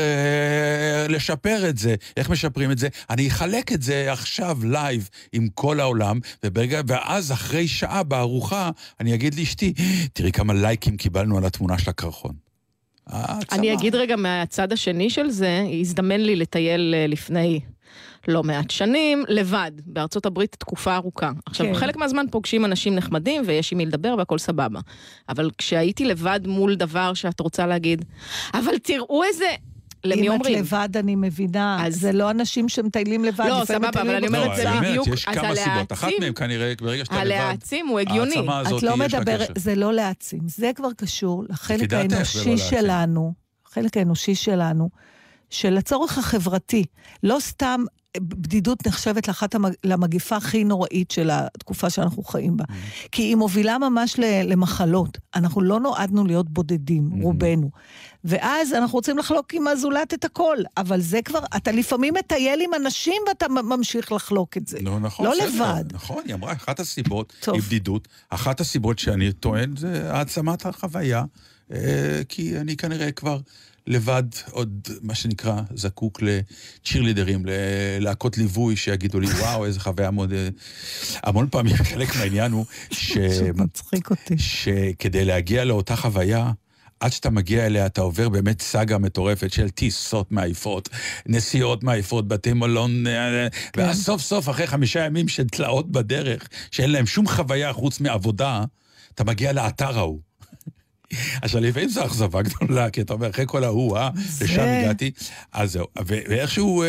לשפר את זה. איך משפרים את זה? אני אחלק את זה עכשיו לייב עם כל העולם, ואז אחרי שעה בארוחה, אני אגיד לאשתי, תראי כמה לייקים קיבלנו על התמונה של הקרחון. אני אגיד רגע מהצד השני של זה, הזדמן לי לטייל לפני לא מעט שנים, לבד, בארצות הברית תקופה ארוכה. עכשיו, חלק מהזמן פוגשים אנשים נחמדים, ויש עם מי לדבר והכל סבבה. אבל כשהייתי לבד מול דבר שאת רוצה להגיד, אבל תראו איזה... למי אומרים? אם את לבד אני מבינה, זה לא אנשים שמטיילים לבד. לא, סבבה, אבל אני אומרת, זה בדיוק... יש כמה סיבות, אחת מהם כנראה, ברגע שאתה לבד... הלהעצים הוא הגיוני. את לא מדברת, זה לא להעצים, זה כבר קשור לחלק האנושי שלנו, החלק האנושי שלנו, של הצורך החברתי, לא סתם... בדידות נחשבת למגיפה הכי נוראית של התקופה שאנחנו חיים בה. כי היא מובילה ממש למחלות. אנחנו לא נועדנו להיות בודדים, רובנו. ואז אנחנו רוצים לחלוק עם הזולת את הכל. אבל זה כבר, אתה לפעמים מטייל עם אנשים ואתה ממשיך לחלוק את זה. לא לבד. נכון, היא אמרה, אחת הסיבות היא בדידות. אחת הסיבות שאני טוען זה העצמת החוויה. כי אני כנראה כבר... לבד עוד, מה שנקרא, זקוק לצ'ירלידרים, להקות ליווי שיגידו לי, וואו, איזה חוויה מאוד... המון פעמים חלק מהעניין הוא מצחיק אותי. שכדי להגיע לאותה חוויה, עד שאתה מגיע אליה, אתה עובר באמת סאגה מטורפת של טיסות מעיפות, נסיעות מעיפות, בתי מלון, ואז סוף סוף, אחרי 5 ימים של תלאות בדרך, שאין להם שום חוויה חוץ מעבודה, אתה מגיע לאתר ההוא. עכשיו, לפעמים זו אכזבה גדולה, כי אתה אומר, אחרי כל ההוא, לשם הגעתי, אז זהו. ואיכשהו,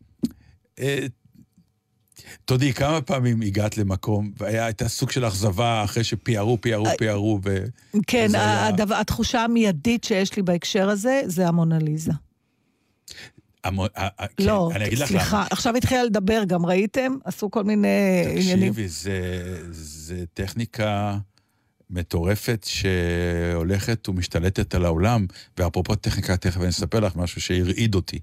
תודי, כמה פעמים הגעת למקום, והייתה סוג של אכזבה אחרי שפיירו, כן, התחושה המיידית שיש לי בהקשר הזה, זה המונליזה. לא, סליחה, עכשיו התחילה לדבר, גם ראיתם? עשו כל מיני עניינים. תקשיבי, זה טכניקה... מטורפת שהולכת ומשתלטת על העולם, ואפרופו טכניקה, תכף אני אספר לך משהו שהרעיד אותי.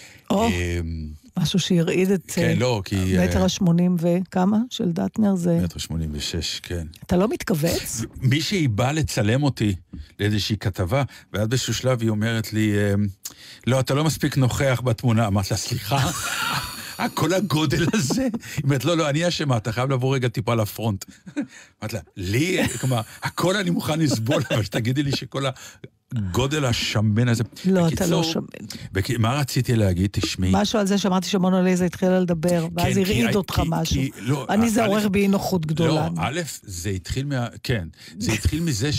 משהו שהרעיד את מטר ה-80 וכמה של דטנר זה... מטר 86, כן. אתה לא מתכווץ? מישהי באה לצלם אותי לאיזושהי כתבה, ועד באיזשהו שלב היא אומרת לי, לא, אתה לא מספיק נוכח בתמונה. אמרת לה, סליחה? כל הגודל הזה, היא אומרת, לא, אני אשמה, אתה חייב לבוא רגע טיפה לפרונט. אמרת לה, לי, כלומר, הכל אני מוכן לסבול, אבל שתגידי לי שכל הגודל השמן הזה... לא, אתה לא שמן. מה רציתי להגיד? תשמעי. משהו על זה שאמרתי שמונליזה התחילה לדבר, ואז הרעיד אותך משהו. אני זה עורך בי נוחות גדולה. לא, א', זה התחיל כן, זה התחיל מזה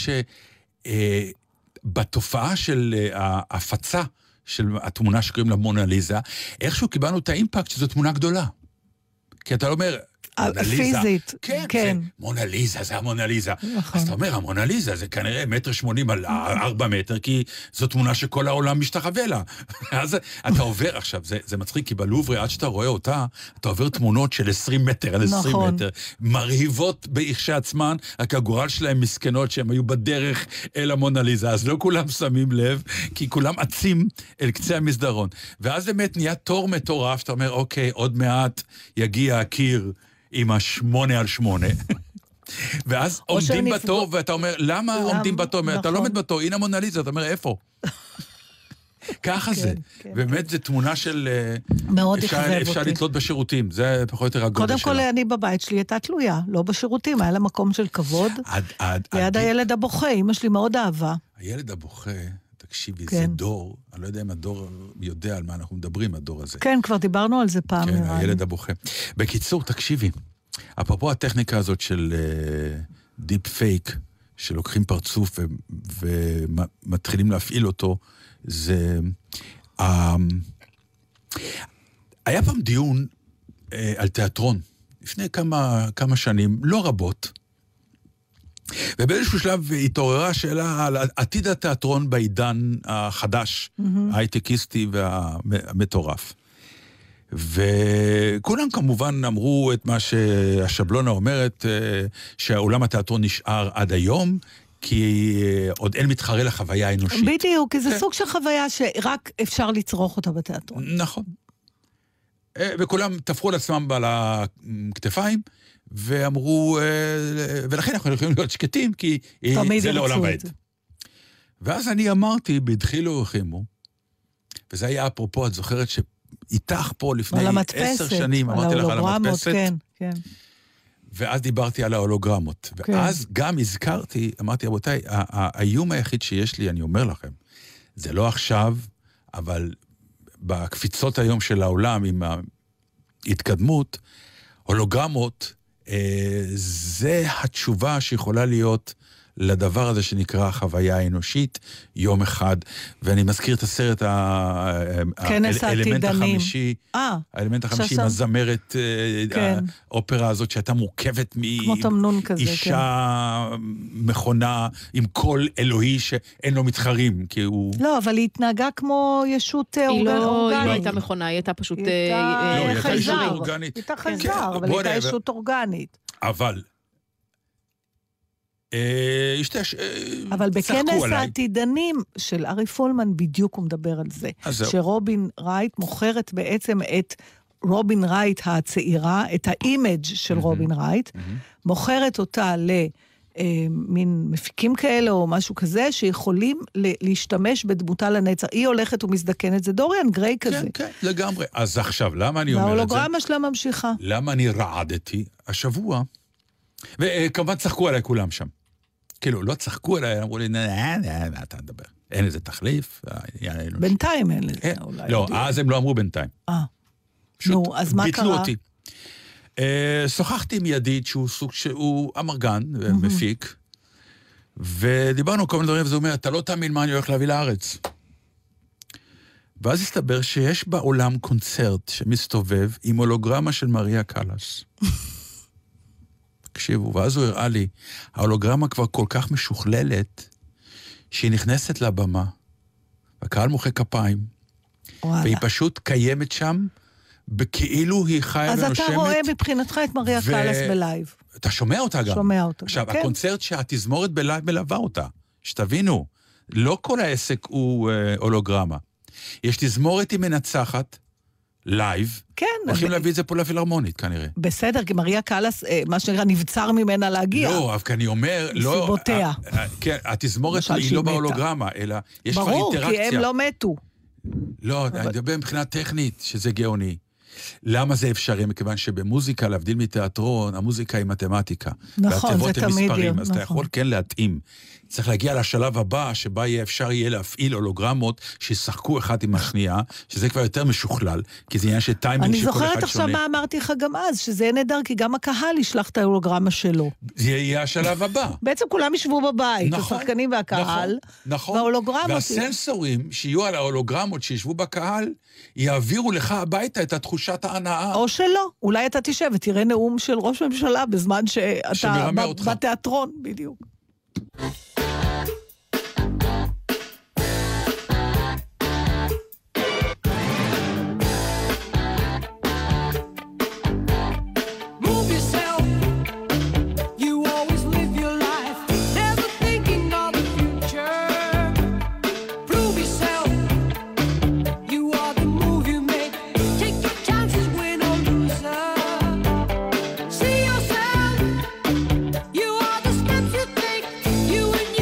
שבתופעה של ההפצה, של התמונה שקוראים לה מונליזה, איכשהו קיבלנו את האימפקט שזו תמונה גדולה. כי אתה לא אומר, פיזית, כן. מונליזה, זה המונליזה. אז אתה אומר, המונליזה זה כנראה 1.80 מטר על 4 מטר, כי זו תמונה שכל העולם משתחווה לה. אז אתה עובר, עכשיו, זה מצחיק, כי בלוברי, עד שאתה רואה אותה, אתה עובר תמונות של 20 מטר על 20 מטר, מרהיבות באיכשי עצמן, רק הגורל שלהם מסכנות שהם היו בדרך אל המונליזה, אז לא כולם שמים לב, כי כולם עצים אל קצה המסדרון. ואז באמת נהיה תור מטורף, שאתה אומר, אוקיי, עוד מעט יגיע הקיר, עם 8x8, ואז עומדים בתור, ואתה אומר, למה עומדים בתור? אתה לא עומד בתור, הנה מונליזה, אתה אומר, איפה? ככה זה. באמת זו תמונה של... מאוד יחרב אותי. אפשר לתלות בשירותים, זה פחות יותר הגודל שלה. קודם כל, אני בבית שלי הייתה תלויה, לא בשירותים, היה לה מקום של כבוד. ליד הילד הבוכה, אמא שלי מאוד אהבה. הילד הבוכה, תקשיבי, זה דור, אני לא יודע אם הדור יודע על מה אנחנו מדברים, הדור הזה. כן, כבר דיברנו על זה פעם. כן, הילד הבוכה. בקיצור, תקשיבי, אפרופו הטכניקה הזאת של דיפ פייק, שלוקחים פרצוף ומתחילים להפעיל אותו, זה... היה פעם דיון על תיאטרון, לפני כמה שנים, לא רבות, ובאיזשהו שלב התעוררה שאלה על עתיד התיאטרון בעידן החדש, ההייטקיסטי והמטורף. וכולם כמובן אמרו את מה שהשבלונה אומרת, שהעולם התיאטרון נשאר עד היום, כי עוד אין מתחרה לחוויה האנושית. בדיוק, כי זה סוג של חוויה שרק אפשר לצרוך אותה בתיאטרון. נכון. וכולם תפרו לעצמם על הכתפיים, ואמרו, ולכן אנחנו יכולים להיות שקטים, כי זה לעולם ועד. ואז אני אמרתי, בדחילו ורחימו, וזה היה אפרופו, את זוכרת שאיתך פה לפני 10 שנים, אמרתי לך על המדפסת, כן. ואז דיברתי על ההולוגרמות. ואז גם הזכרתי, אמרתי, רבותיי, האיום היחיד שיש לי, אני אומר לכם, זה לא עכשיו, אבל בקפיצות היום של העולם, עם ההתקדמות, הולוגרמות, זה התשובה שיכולה להיות לדבר הזה שנקרא החוויה האנושית, יום אחד, ואני מזכיר את הסרט האלמנט החמישי, האלמנט החמישי עם הזמרת, האופרה הזאת שהייתה מורכבת מאישה מכונה עם קול אלוהי שאין לו מתחרים, כי הוא... לא, אבל היא התנהגה כמו ישות אורגנית. היא לא הייתה מכונה, היא הייתה פשוט... היא הייתה ישות אורגנית. היא הייתה חזר, אבל היא הייתה ישות אורגנית. אבל... אבל בכנס העתידנים של ארי פולמן בדיוק הוא מדבר על זה, שרובין רייט מוכרת בעצם את רובין רייט הצעירה, את האימג' של רובין רייט, מוכרת אותה למין מפיקים כאלה או משהו כזה, שיכולים להשתמש בדמותה לנצח. היא הולכת ומזדקנת, זה דוריאן גריי כזה. כן, כן, לגמרי. אז עכשיו, למה אני אומר את זה? וההולוגרמה שלה ממשיכה. למה אני רעדתי השבוע? וכמובן צחקו עליי כולם שם. כאילו, לא צחקו עליי, אמרו לי, מה אתה מדבר? אין איזה תחליף? בינתיים אין לזה. לא, אז הם לא אמרו בינתיים. נו, אז מה קרה? ביטלו אותי. שוחחתי עם ידיד שהוא אמרגן ומפיק, ודיברנו כל מיני דברים, וזה אומר, אתה לא תאמין מה אני הולך להביא לארץ. ואז הסתבר שיש בעולם קונצרט שמסתובב עם הולוגרמה של מריה קלאס. תקשיבו, ואז הוא הראה לי, ההולוגרמה כבר כל כך משוכללת, שהיא נכנסת לבמה, והקהל מוחא כפיים, והיא פשוט קיימת שם, בכאילו היא חיה ונושמת. אז אתה רואה מבחינתך את מריה קלאס בלייב. אתה שומע אותה גם. שומע אותה. עכשיו, הקונצרט שהתזמורת בלייב מלווה אותה, שתבינו, לא כל העסק הוא הולוגרמה. יש תזמורת היא מנצחת, לייב, כן. הולכים להביא את זה פה לפילהרמונית, כנראה. בסדר, כי מריה קלאס, מה שנראה, נבצר ממנה להגיע. לא, אבל אני אומר, לא... מסיבותיה. כן, התזמורת היא לא בהולוגרמה, אלא יש כבר אינטראקציה. ברור, כי הם לא מתו. לא, אני מדבר מבחינה טכנית, שזה גאוני. למה זה אפשרי? מכיוון שבמוזיקה, להבדיל מתיאטרון, המוזיקה היא מתמטיקה. נכון, זה תמיד יהיה. אז אתה יכול כן להתאים. צריך להגיע לשלב הבא, שבה אפשר יהיה להפעיל הולוגרמות שישחקו אחד עם השנייה, שזה כבר יותר משוכלל, כי זה עניין של טיימינג שכל אחד שונה. אני זוכרת עכשיו מה אמרתי לך גם אז, שזה יהיה נהדר, כי גם הקהל ישלח את ההולוגרמה שלו. זה יהיה השלב הבא. בעצם כולם ישבו בבית, השחקנים והקהל, וההולוגרמות. והסנסורים שיהיו על ההולוגרמות שישבו בקהל, יעבירו לך הביתה את התחושת ההנאה. או שלא. אולי אתה תשב ותראה נאום של ראש ממשלה בזמן שאתה בתיאטרון, בדיוק. You and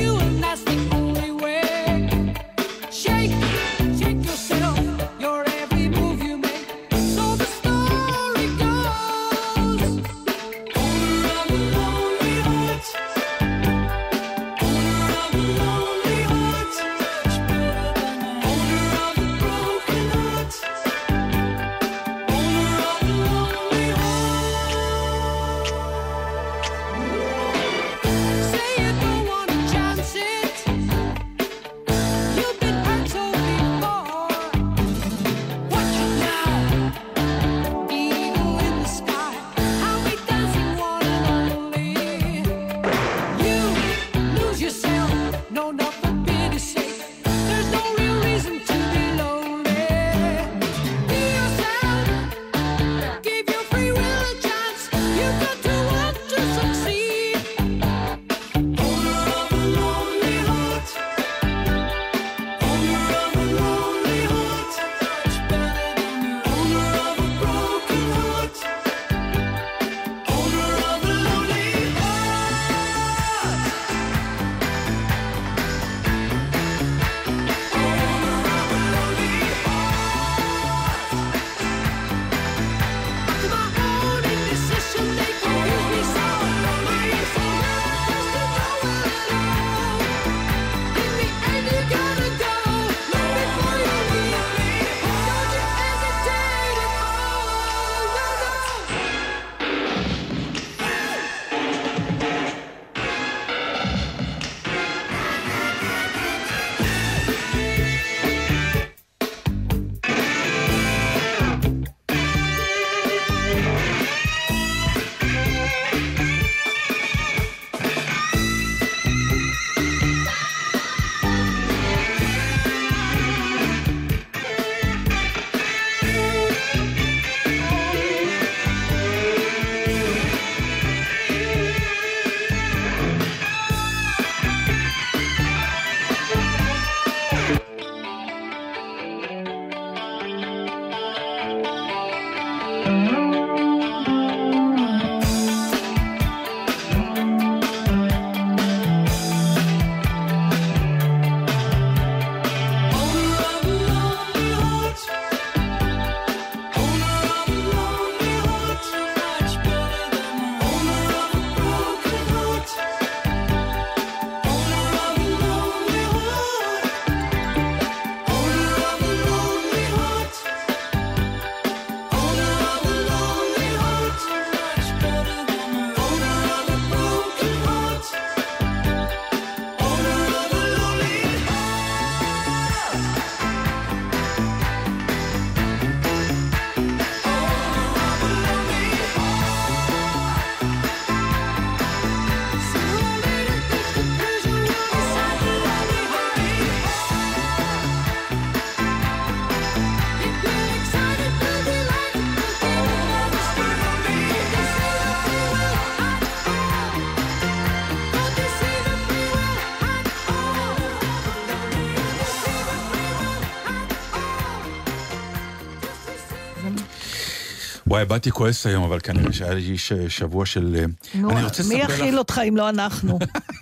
וואי, באתי כועס היום, אבל כנראה שהיה לי שבוע של... נו, מי יכיל אותך אם לא אנחנו?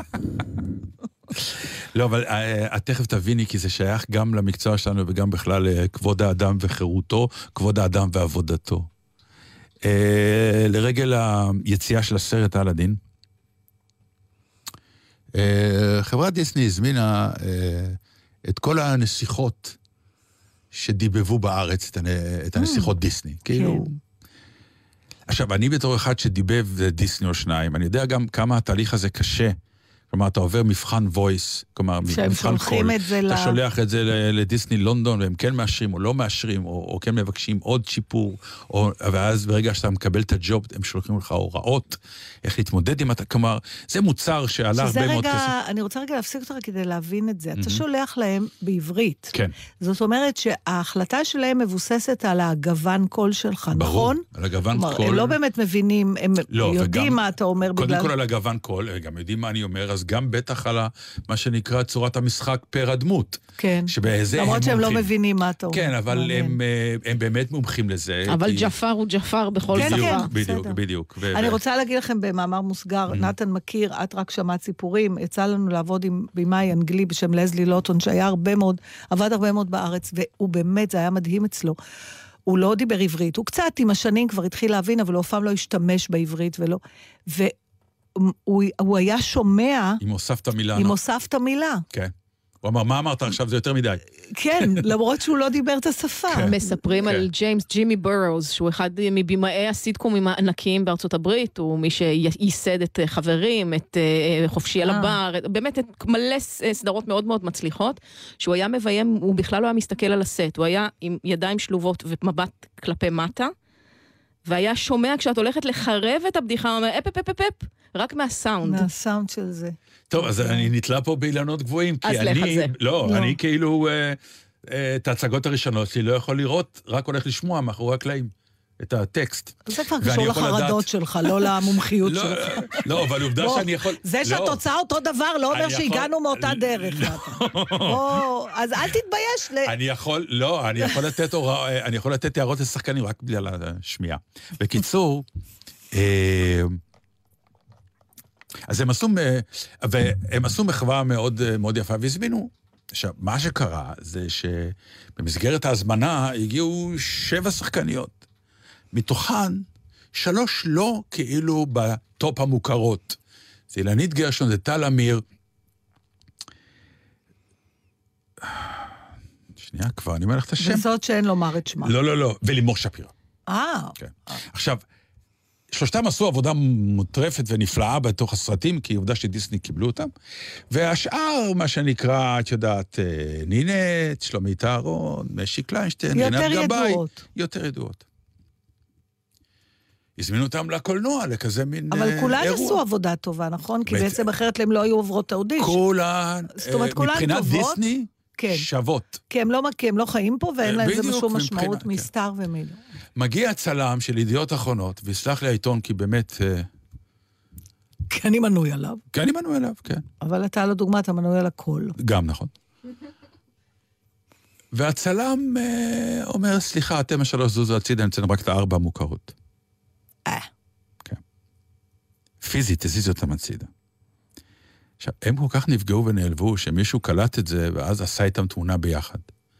לא, אבל את תכף תביני, כי זה שייך גם למקצוע שלנו וגם בכלל לכבוד האדם וחירותו, כבוד האדם ועבודתו. לרגל היציאה של הסרט אלאדין, חברת דיסני הזמינה את כל הנסיכות שדיבבו בארץ, את הנסיכות דיסני. כאילו... עכשיו, אני בתור אחד שדיבב דיסני או שניים, אני יודע גם כמה התהליך הזה קשה. כלומר, אתה עובר מבחן וויס, כלומר, מבחן קול. אתה שולח את זה לדיסני לונדון, והם כן מאשרים או לא מאשרים, או כן מבקשים עוד שיפור, ואז ברגע שאתה מקבל את הג'וב, הם שולחים לך הוראות, איך להתמודד עם אתה, כלומר, זה מוצר שעלה הרבה מאוד כסף. אני רוצה רגע להפסיק אותך כדי להבין את זה. אתה שולח להם בעברית. כן. זאת אומרת שההחלטה שלהם מבוססת על הגוון קול שלך, נכון? ברור, על הגוון קול. הם לא באמת מבינים, הם יודעים מה אתה אומר בגלל... קודם כל על הגוון קול, גם יודעים מה אני אומר, אז גם בטח על מה שנקרא צורת המשחק פר הדמות. כן. למרות שהם לא מבינים מה אתה אומר. כן, אבל הם באמת מומחים לזה. אבל ג'פר הוא ג'פר בכל שפה. בדיוק. אני רוצה להגיד לכם במאמר מוסגר, נתן מכיר, את רק שמעת סיפורים, יצא לנו לעבוד עם בימאי אנגלי בשם לזלי לוטון, שהיה עבד הרבה מאוד בארץ, והוא באמת, זה היה מדהים אצלו. הוא לא דיבר עברית, הוא קצת עם השנים כבר התחיל להבין, אבל הוא אף פעם לא השתמש בעברית ולא... הוא היה שומע... אם הוספת מילה. אם הוספת מילה. כן. הוא אמר, מה אמרת עכשיו? זה יותר מדי. כן, למרות שהוא לא דיבר את השפה. מספרים על ג'ימי בורוז, שהוא אחד מבימאי הסיטקומים הענקיים בארצות הברית, הוא מי שייסד את חברים, את חופשי על הבר, באמת מלא סדרות מאוד מאוד מצליחות, שהוא היה מביים, הוא בכלל לא היה מסתכל על הסט, הוא היה עם ידיים שלובות ומבט כלפי מטה, והיה שומע כשאת הולכת לחרב את הבדיחה, הוא אומר, אפ, רק מהסאונד. מהסאונד של זה. טוב, אז אני נתלה פה באילנות גבוהים, כי אז לך על זה. לא, אני כאילו, את ההצגות הראשונות שלי לא יכול לראות, רק הולך לשמוע מאחורי הקלעים. את הטקסט. זה כבר קשור לחרדות שלך, לא למומחיות שלך. לא, אבל עובדה שאני יכול... זה שהתוצאה אותו דבר לא אומר שהגענו מאותה דרך. אז אל תתבייש. אני יכול לתת הערות לשחקנים רק בגלל השמיעה. בקיצור, אז הם עשו מחווה מאוד מאוד יפה והזמינו. עכשיו, מה שקרה זה שבמסגרת ההזמנה הגיעו 7 שחקניות. מתוכן 3 לא כאילו בטופ המוכרות. זה אילנית גרשון, זה טל אמיר. שנייה כבר, אני אומר לך את השם. וזאת שאין לומר את שמה. לא, ולימור שפירא. כן. עכשיו, 3 עשו עבודה מוטרפת ונפלאה בתוך הסרטים, כי עובדה שדיסני קיבלו אותם, והשאר, מה שנקרא, את יודעת, נינת, שלומית אהרון, משי קליינשטיין, רינת גבאי, יותר ידועות. הזמינו אותם לקולנוע, לכזה מין אירוע. אבל כולן עשו עבודה טובה, נכון? כי בעצם אחרת להם לא היו עוברות האודישן. כולן, מבחינת דיסני, שוות. כי הם לא חיים פה, ואין להם זה משום משמעות מסתר ומילה. מגיע הצלם של ידיעות אחרונות, ויסלח לי העיתון, כי באמת... כי אני מנוי עליו. כי אני מנוי עליו, כן. אבל אתה לא דוגמה, אתה מנוי על הכל. גם נכון. והצלם אומר, סליחה, אתם ה3 זוזו הצידה, נצאנו רק את 4 המוכרות. כן. פיזית, תזיז אותם הצידה. עכשיו, הם כל כך נפגעו ונעלבו, שמישהו קלט את זה, ואז עשה איתם תמונה ביחד.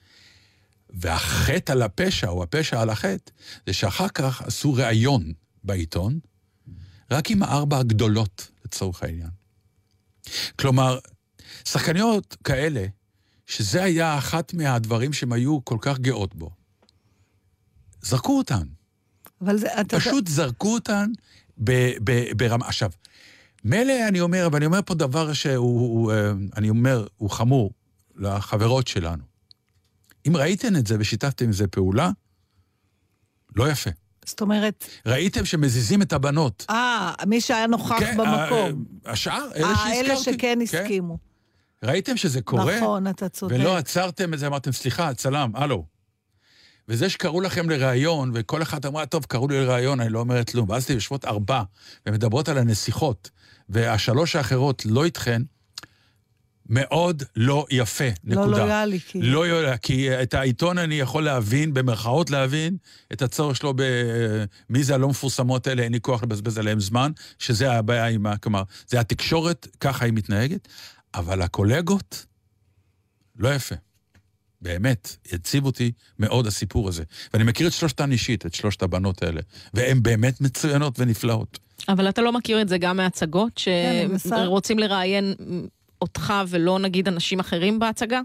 והחטא על הפשע, או הפשע על החטא, זה שאחר כך עשו ראיון בעיתון, רק עם 4 הגדולות, לצורך העניין. כלומר, שחקניות כאלה, שזה היה אחת מהדברים שהם היו כל כך גאות בו. זרקו אותן. פשוט זרקו אותן ברמה. עכשיו, מלא אני אומר, אבל אני אומר פה דבר שהוא, אני אומר, הוא חמור לחברות שלנו. אם ראיתם את זה ושיתפתם עם זה פעולה, לא יפה. זאת אומרת... ראיתם שמזיזים את הבנות. מי שהיה נוכח במקום. השאר, אלה שכן הסכימו. ראיתם שזה קורה? נכון, אתה צודק. ולא עצרתם את זה, אמרתם, סליחה, צלם, הלו. וזה שקראו לכם לראיון, וכל אחד אמרה, טוב, קראו לי לראיון, אני לא אומרת כלום. ואז אתם יושבות 4, ומדברות על הנסיכות, וה3 האחרות לא איתכן, מאוד לא יפה, נקודה. לא לויאלי. לא לויאלי, כי את העיתון אני יכול להבין, במרכאות להבין, את הצורך שלו במי זה הלא מפורסמות האלה, אין לי כוח לבזבז עליהם זמן, שזה הבעיה עם, כלומר, זה התקשורת, ככה היא מתנהגת, אבל הקולגות, לא יפה. באמת, הציב אותי מאוד הסיפור הזה. ואני מכיר את 3 אישית, את 3 הבנות האלה, והן באמת מצוינות ונפלאות. אבל אתה לא מכיר את זה גם מהצגות, שרוצים לראיין אותך ולא נגיד אנשים אחרים בהצגה?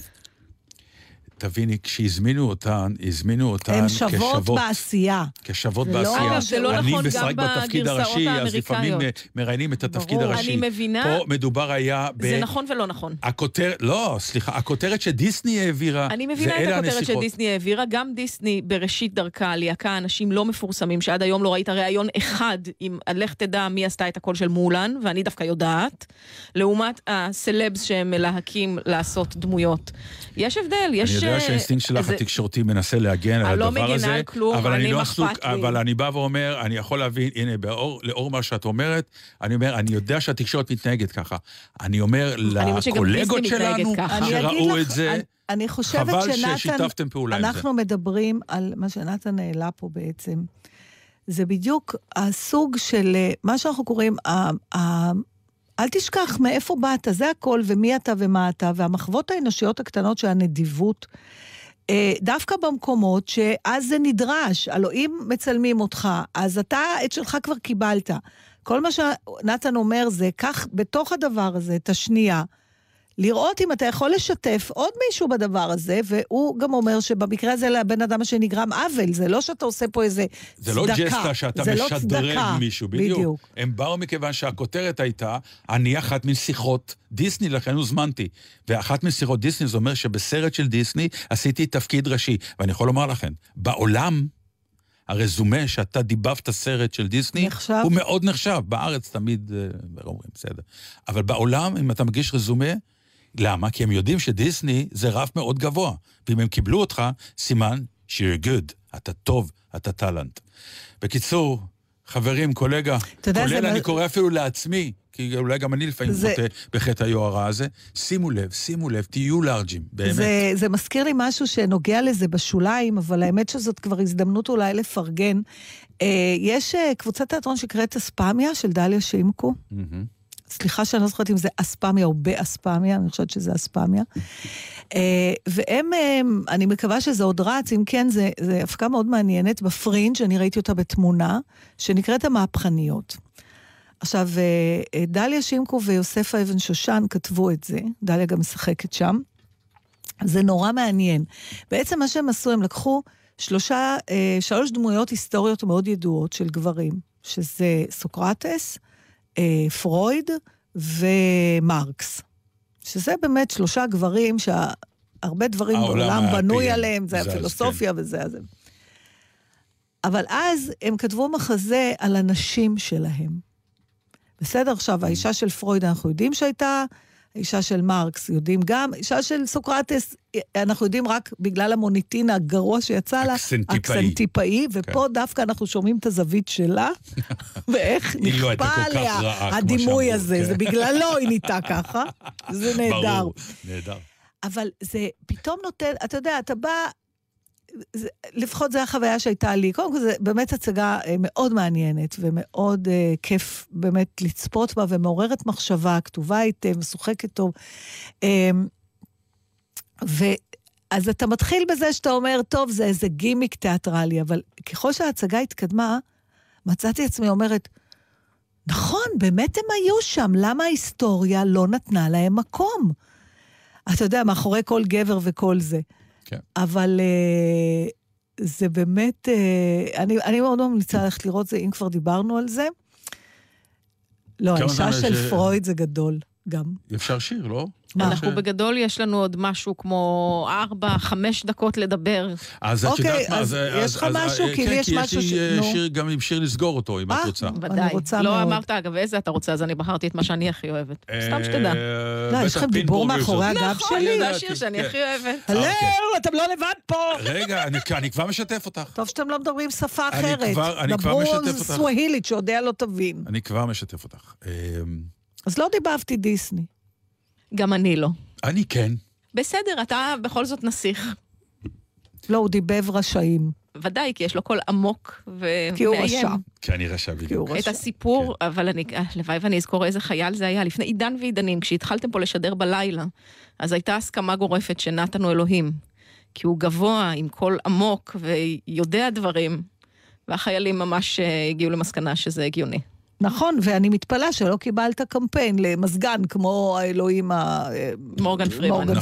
תביני, כשהזמינו אותן כששוות. הן שוות בעשייה. כשוות בעשייה. זה לא נכון גם בגרסאות האמריקאיות. אז לפעמים מראיינים את התפקיד הראשי. אני מבינה. פה מדובר היה זה נכון ולא נכון. הכותרת שדיסני העבירה, אני מבינה את הכותרת שדיסני העבירה. גם דיסני בראשית דרכה ליהקה אנשים לא מפורסמים, שעד היום לא ראית ראיון אחד, עם לך תדע מי עשתה את הקול של מולן, ואני דווקא יודעת, לעומת הסלבס שהם מלהקים לעשות דמויות. יש הבדל, יש... אני יודע שהאינסטינקט שלך התקשורתי מנסה להגן על הדבר הזה, על כלום, אבל אני בא ואומר, אני יכול להבין, הנה, לאור מה שאת אומרת, אני אומר, אני יודע שהתקשורת מתנהגת ככה. אני אומר לקולגות שלנו, שראו את זה, חבל ששיתפתם פעולה עם זה. אנחנו מדברים על מה שנתן העלה פה בעצם. זה בדיוק הסוג של מה שאנחנו קוראים, אל תשכח מאיפה באת, זה הכל, ומי אתה ומה אתה, והמחוות האנושיות הקטנות של הנדיבות, דווקא במקומות שאז זה נדרש, הלוא אם מצלמים אותך, אז אתה את שלך כבר קיבלת. כל מה שנתן אומר זה, כך בתוך הדבר הזה, את השנייה, לראות אם אתה יכול לשתף עוד מישהו בדבר הזה, והוא גם אומר שבמקרה הזה לבן אדם שנגרם עוול, זה לא שאתה עושה פה איזה צדקה. זה לא ג'סטה שאתה משדרג מישהו, בדיוק. הם באו מכיוון שהכותרת הייתה, אני אחת משיחות דיסני, לכן הוזמנתי. ואחת משיחות דיסני, זה אומר שבסרט של דיסני עשיתי תפקיד ראשי. ואני יכול לומר לכם, בעולם הרזומה שאתה דיבבת סרט של דיסני, נחשב. הוא מאוד נחשב, בארץ תמיד אומרים, בסדר. אבל בעולם, אם אתה מגיש רזומה, למה? כי הם יודעים שדיסני זה רף מאוד גבוה, ואם הם קיבלו אותך, סימן you're good, אתה טוב, אתה טלנט. בקיצור, חברים, קולגה, כולל אני קורא אפילו לעצמי, כי אולי גם אני לפעמים חוטא בחטא היוהרה הזה, שימו לב, תהיו לארג'ים, באמת. זה מזכיר לי משהו שנוגע לזה בשוליים, אבל האמת שזאת כבר הזדמנות אולי לפרגן. יש קבוצת תיאטרון שקראת אספמיה של דליה שימקו. סליחה שאני לא זוכרת אם זה אספמיה או באספמיה, אני חושבת שזה אספמיה. והם, אני מקווה שזה עוד רץ, אם כן, זה הפקה מאוד מעניינת בפרינג', אני ראיתי אותה בתמונה, שנקראת המהפכניות. עכשיו, דליה שימקו ויוספה אבן שושן כתבו את זה, דליה גם משחקת שם, זה נורא מעניין. בעצם מה שהם עשו, הם לקחו שלוש דמויות היסטוריות מאוד ידועות של גברים, שזה סוקרטס, פרויד ומרקס. שזה באמת 3 גברים שהרבה דברים בעולם בנוי עליהם, זה הפילוסופיה וזה. אבל אז הם כתבו מחזה על הנשים שלהם. בסדר, עכשיו, האישה של פרויד אנחנו יודעים שהייתה, האישה של מרקס יודעים גם, האישה של סוקרטס, אנחנו יודעים רק בגלל המוניטין הגרוע שיצא לה, אקסנטיפאי, ופה דווקא אנחנו שומעים את הזווית שלה, ואיך נכפה עליה הדימוי הזה, זה בגללו היא ניתה ככה, זה נהדר. ברור, נהדר. אבל זה פתאום נותן, אתה יודע, אתה בא, לפחות זו החוויה שהייתה לי. קודם כל, זו באמת הצגה מאוד מעניינת, ומאוד כיף באמת לצפות בה, ומעוררת מחשבה, כתובה היטב, משוחקת טוב. אז אתה מתחיל בזה שאתה אומר, טוב, זה איזה גימיק תיאטרלי, אבל ככל שההצגה התקדמה, מצאתי עצמי אומרת, נכון, באמת הם היו שם, למה ההיסטוריה לא נתנה להם מקום? אתה יודע, מאחורי כל גבר וכל זה. אבל זה באמת, אני מאוד ממליצה ללכת לראות זה, אם כבר דיברנו על זה. לא, האישה של פרויד זה גדול, גם. אפשר שיר, לא? אנחנו בגדול, יש לנו עוד משהו כמו 4-5 דקות לדבר. אז את יודעת מה, אז יש לך משהו? כן, כי יש לי שיר, גם עם שיר לסגור אותו, אם את רוצה. ודאי. לא אמרת, אגב, איזה אתה רוצה, אז אני בחרתי את מה שאני הכי אוהבת. סתם שתדע. לא, יש לכם דיבור מאחורי הגב שלי. זה השיר שאני הכי אוהבת. הלו, אתם לא לבד פה. רגע, אני כבר משתף אותך. טוב שאתם לא מדברים שפה אחרת. אני כבר משתף אותך. דברו סווהילית, שעודיה לא תבין. אני כבר משתף אותך. אז לא דיבבתי דיסני. גם אני לא. אני כן. בסדר, אתה בכל זאת נסיך. לא, הוא דיבב רשעים. ודאי, כי יש לו קול עמוק ומאיים. כי הוא רשע. כי אני רשע בדיוק. את הסיפור, אבל לוואי ואני אזכור איזה חייל זה היה, לפני עידן ועידנים, כשהתחלתם פה לשדר בלילה, אז הייתה הסכמה גורפת שנתן הוא אלוהים, כי הוא גבוה עם קול עמוק ויודע דברים, והחיילים ממש הגיעו למסקנה שזה הגיוני. נכון, ואני מתפלאה שלא קיבלת קמפיין למסגן, כמו האלוהים מורגן פרימן.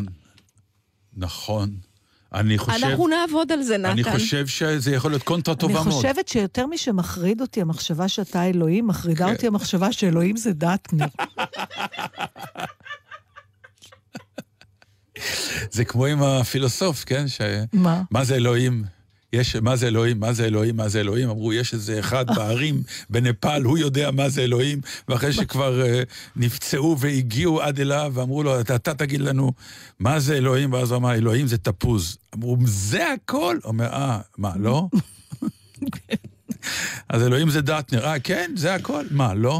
נכון. אנחנו נעבוד על זה, נתן. אני חושב שזה יכול להיות קונטרה טובה מאוד. אני חושבת שיותר מי שמחריד אותי המחשבה שאתה אלוהים, מחרידה אותי המחשבה שאלוהים זה דטנר. זה כמו עם הפילוסוף, כן? מה? מה זה אלוהים? מה זה אלוהים, מה זה אלוהים, מה זה אלוהים? אמרו, יש איזה אחד בערים בנפאל, הוא יודע מה זה אלוהים, ואחרי שכבר נפצעו והגיעו עד אליו, ואמרו לו, אתה תגיד לנו, מה זה אלוהים? ואז הוא אמר, אלוהים זה תפוז. אמרו, זה הכל? הוא אומר, מה, לא? אז אלוהים זה דטנר. כן, זה הכל? מה, לא?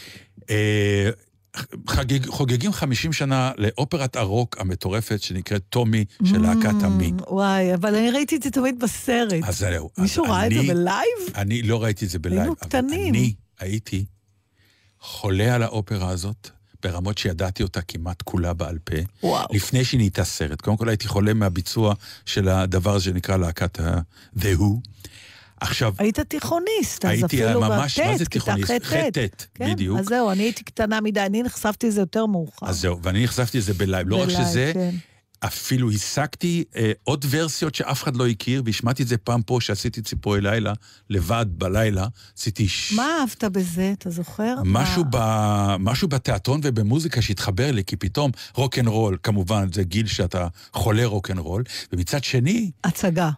חוגגים 50 שנה לאופרת הרוק המטורפת שנקראת טומי של להקת עמי. וואי, אבל אני ראיתי את זה תמיד בסרט. אז זהו. מישהו ראה את זה בלייב? אני לא ראיתי את זה בלייב. היינו קטנים. אני הייתי חולה על האופרה הזאת, ברמות שידעתי אותה כמעט כולה בעל פה. וואו. לפני שהיא נהייתה סרט. קודם כל הייתי חולה מהביצוע של הדבר הזה שנקרא להקת The Who. עכשיו, היית תיכוניסט, אז הייתי אפילו ממש, מה זה תיכוניסט? חטט, בדיוק. אז זהו, אני הייתי קטנה מדי, אני נחשפתי לזה יותר מאוחר. אז זהו, ואני נחשפתי לזה בלייב. לא רק שזה, אפילו השגתי עוד ורסיות שאף אחד לא הכיר, והשמעתי את זה פעם פה, שעשיתי ציפורי לילה, לבד בלילה, עשיתי... מה אהבת בזה, אתה זוכר? משהו בתיאטרון ובמוזיקה שהתחבר לי, כי פתאום רוק'נ'רול, כמובן, זה גיל שאתה חולה רוק'נ'רול, ומצד שני... הצגה.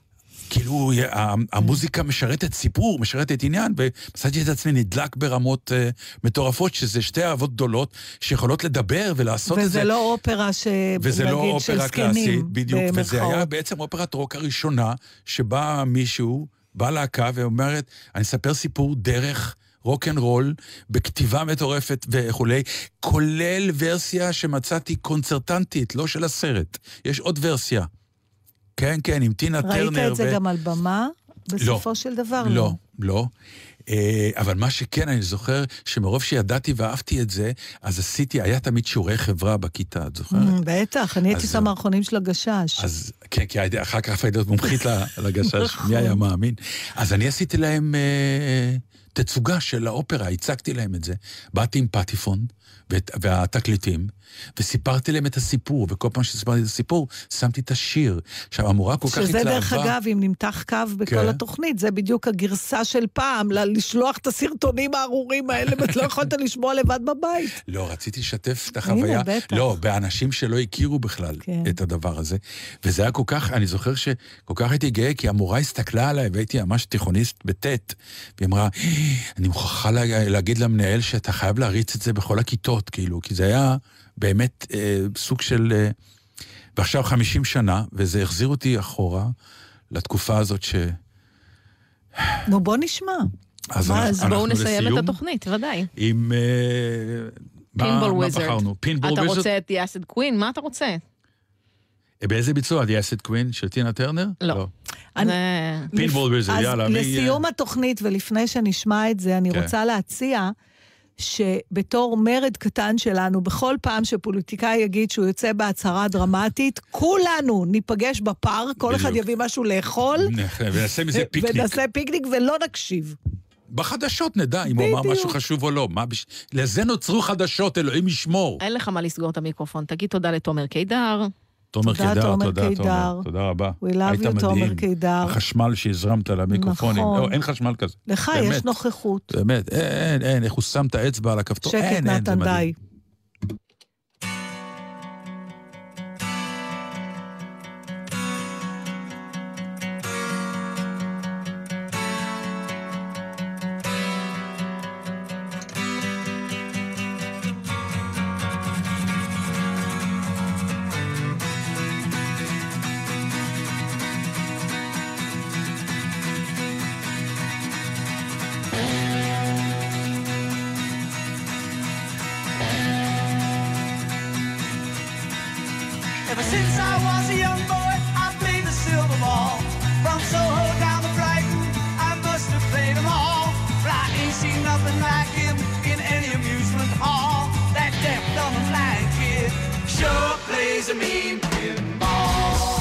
כאילו המוזיקה משרתת סיפור, משרתת עניין, ומצאתי את עצמי נדלק ברמות מטורפות, שזה שתי אהבות גדולות שיכולות לדבר ולעשות את זה. וזה לא אופרה וזה לא נגיד של אופרה זקנים. קלאסית, בדיוק, וזה היה בעצם אופרת רוק הראשונה, שבה מישהו, בא להקה ואומרת, אני אספר סיפור דרך רוק אנד רול, בכתיבה מטורפת וכולי, כולל ורסיה שמצאתי קונצרטנטית, לא של הסרט. יש עוד ורסיה. כן, כן, עם טינה טרנר. ראית את זה גם על במה? בסופו של דבר לא. לא, לא. אבל מה שכן, אני זוכר שמרוב שידעתי ואהבתי את זה, אז עשיתי, היה תמיד שיעורי חברה בכיתה, את זוכרת? בטח, אני הייתי את המערכונים של הגשש. אז כן, כי אחר כך הייתי מומחית לגשש, מי היה מאמין. אז אני עשיתי להם תצוגה של האופרה, הצגתי להם את זה. באתי עם פטיפון והתקליטים, וסיפרתי להם את הסיפור, וכל פעם שסיפרתי את הסיפור, שמתי את השיר. עכשיו, המורה כל כך התלהבה. שזה דרך אגב, אם נמתח קו בכל התוכנית, זה בדיוק הגרסה של פעם, לשלוח את הסרטונים הארורים האלה, ואת לא יכולת לשמוע לבד בבית. לא, רציתי לשתף את החוויה. לא, באנשים שלא הכירו בכלל את הדבר הזה. וזה היה כל כך, אני זוכר שכל כך הייתי גאה, כי המורה הסתכלה עליי, והייתי ממש תיכוניסט בטט, והיא אמרה, אני מוכרחה להגיד למנהל שאתה חייב להריץ את זה בכל הכיתות, כאילו, כי זה היה באמת סוג של... ועכשיו 50 שנה, וזה החזיר אותי אחורה לתקופה הזאת ש... נו, בוא נשמע. אז בואו נסיים את התוכנית, ודאי. עם... פינבול וויזרד. פינבול אתה וויזרד? רוצה את The Acid Queen? מה אתה רוצה? באיזה ביצוע? The Acid Queen של טינה טרנר? לא. פינבול וויזרד, יאללה. אז לסיום התוכנית, ולפני שנשמע את זה, אני רוצה להציע... שבתור מרד קטן שלנו, בכל פעם שפוליטיקאי יגיד שהוא יוצא בהצהרה דרמטית, כולנו ניפגש בפארק, כל אחד יביא משהו לאכול, ונעשה מזה פיקניק. ונעשה פיקניק ולא נקשיב. בחדשות נדע אם הוא אמר משהו חשוב או לא. לזה נוצרו חדשות, אלוהים ישמור. אין לך מה לסגור את המיקרופון. תגיד תודה לתומר קידר. תומר קידר, תודה, תודה רבה. We love you, תומר קידר. החשמל שהזרמת למיקרופונים. נכון. אין חשמל כזה. לך יש נוכחות. באמת, אין, איך הוא שם את האצבע על הכפתור. שקט נתן די. Ever since I was a young boy, I played the silver ball. From Soho down to Brighton, I must have played them all. But I ain't seen nothing like him in any amusement hall. That deaf, dumb and blind kid sure plays a mean pinball.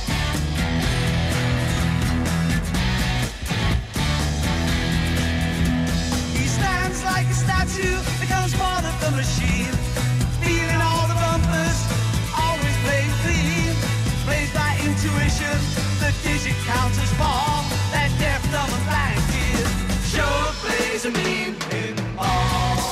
He stands like a statue, becomes part of the machine, feeling all the bumpers. Plays clean, plays by intuition, the digit counters fall. That deaf, dumb and blind kid sure plays a mean pinball.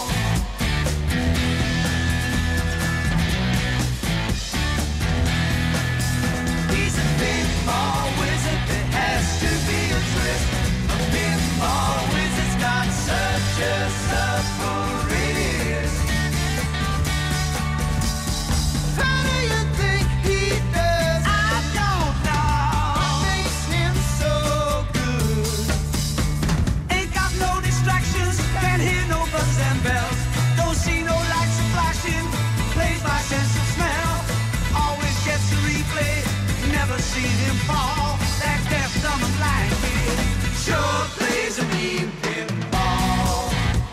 He's a pinball wizard, there has to be a twist. A pinball wizard's got such a submarine. Seen him fall, that deaf, dumb and blind kid sure plays a mean pinball.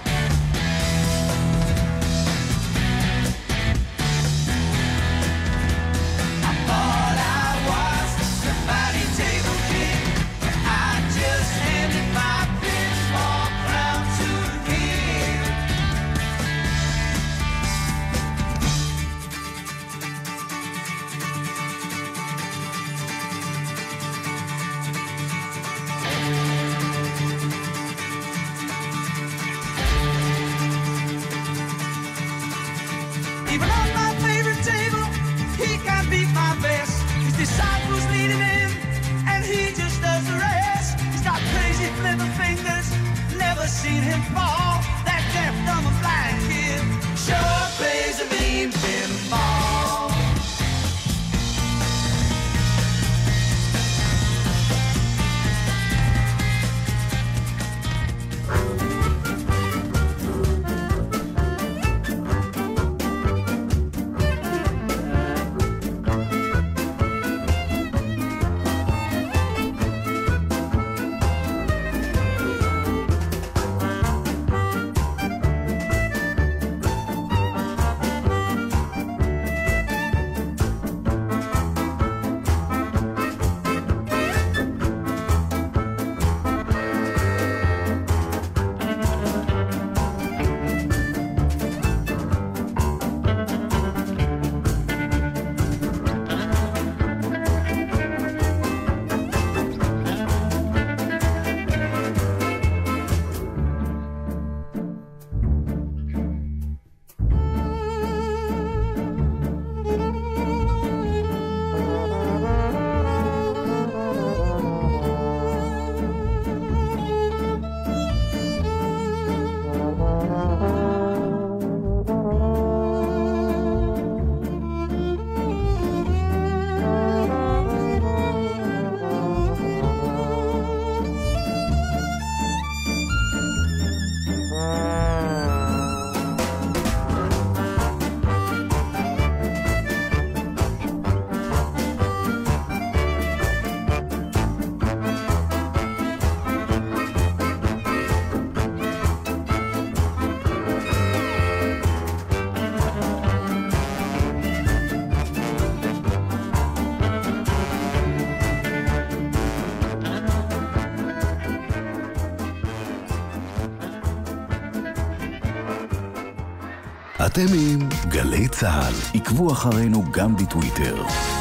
I thought I was the mighty table king, but I just handed my pinball crown to him. his little fingers, never seen him fall. That deaf, dumb, and blind kid sure plays a mean pinball. אתם עם גלי צהל. עקבו אחרינו גם בטוויטר.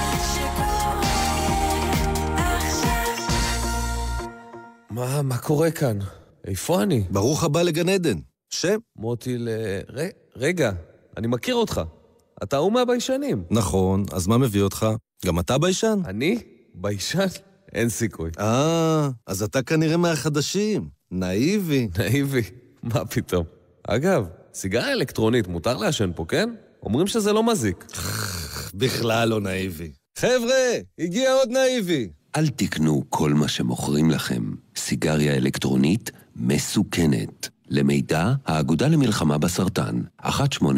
מה קורה כאן? איפה אני? ברוך הבא לגן עדן. שם? מוטי רגע, אני מכיר אותך. אתה הוא מהביישנים. נכון, אז מה מביא אותך? גם אתה ביישן? אני? ביישן? אין סיכוי. אז אתה כנראה מהחדשים. נאיבי. נאיבי? מה פתאום? אגב, סיגריה אלקטרונית מותר לעשן פה, כן? אומרים שזה לא מזיק. בכלל לא נאיבי. חבר'ה, הגיע עוד נאיבי. אל תקנו כל מה שמוכרים לכם. סיגריה אלקטרונית מסוכנת. למידע, האגודה למלחמה בסרטן. 1-800-599-995.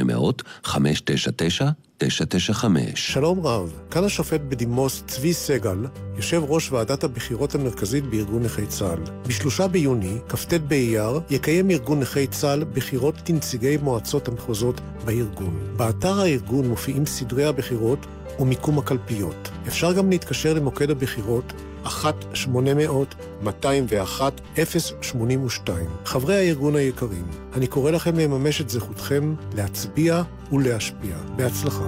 שלום רב, כאן השופט בדימוס צבי סגל, יושב ראש ועדת הבחירות המרכזית בארגון נכי צה"ל. ב3 ביוני, כ"ט באייר, יקיים ארגון נכי צה"ל בחירות לנציגי מועצות המחוזות בארגון. באתר הארגון מופיעים סדרי הבחירות ומיקום הקלפיות. אפשר גם להתקשר למוקד הבחירות 1-800-201-082. חברי הארגון היקרים, אני קורא לכם לממש את זכותכם להצביע ולהשפיע. בהצלחה.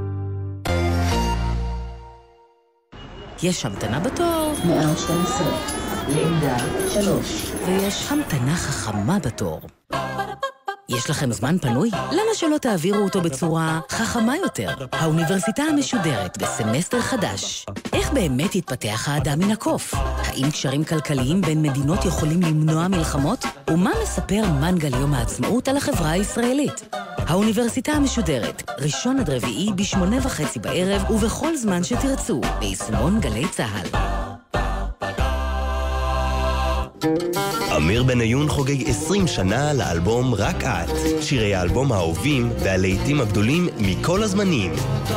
יש המתנה בתור 112, לעמדה 3, ויש המתנה חכמה בתור. יש לכם זמן פנוי? למה שלא תעבירו אותו בצורה חכמה יותר? האוניברסיטה המשודרת בסמסטר חדש. איך באמת יתפתח האדם מן הקוף? האם קשרים כלכליים בין מדינות יכולים למנוע מלחמות? ומה מספר מנגל יום העצמאות על החברה הישראלית? האוניברסיטה המשודרת, 1 עד 4 ב8:30 בערב ובכל זמן שתרצו, ביישומון גלי צהל. אמיר בניון חוגג 20 שנה לאלבום רק את. שירי האלבום האהובים והלהיטים הגדולים מכל הזמנים.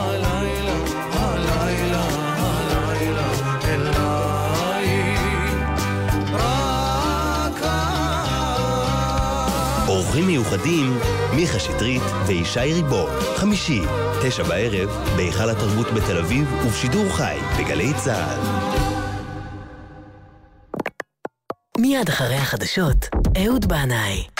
אורחים מיוחדים, מיכה שטרית וישי ריבו. חמישי, 9 בערב, בהיכל התרבות בתל אביב ובשידור חי בגלי צהל. מיד אחרי החדשות, אהוד בנאי.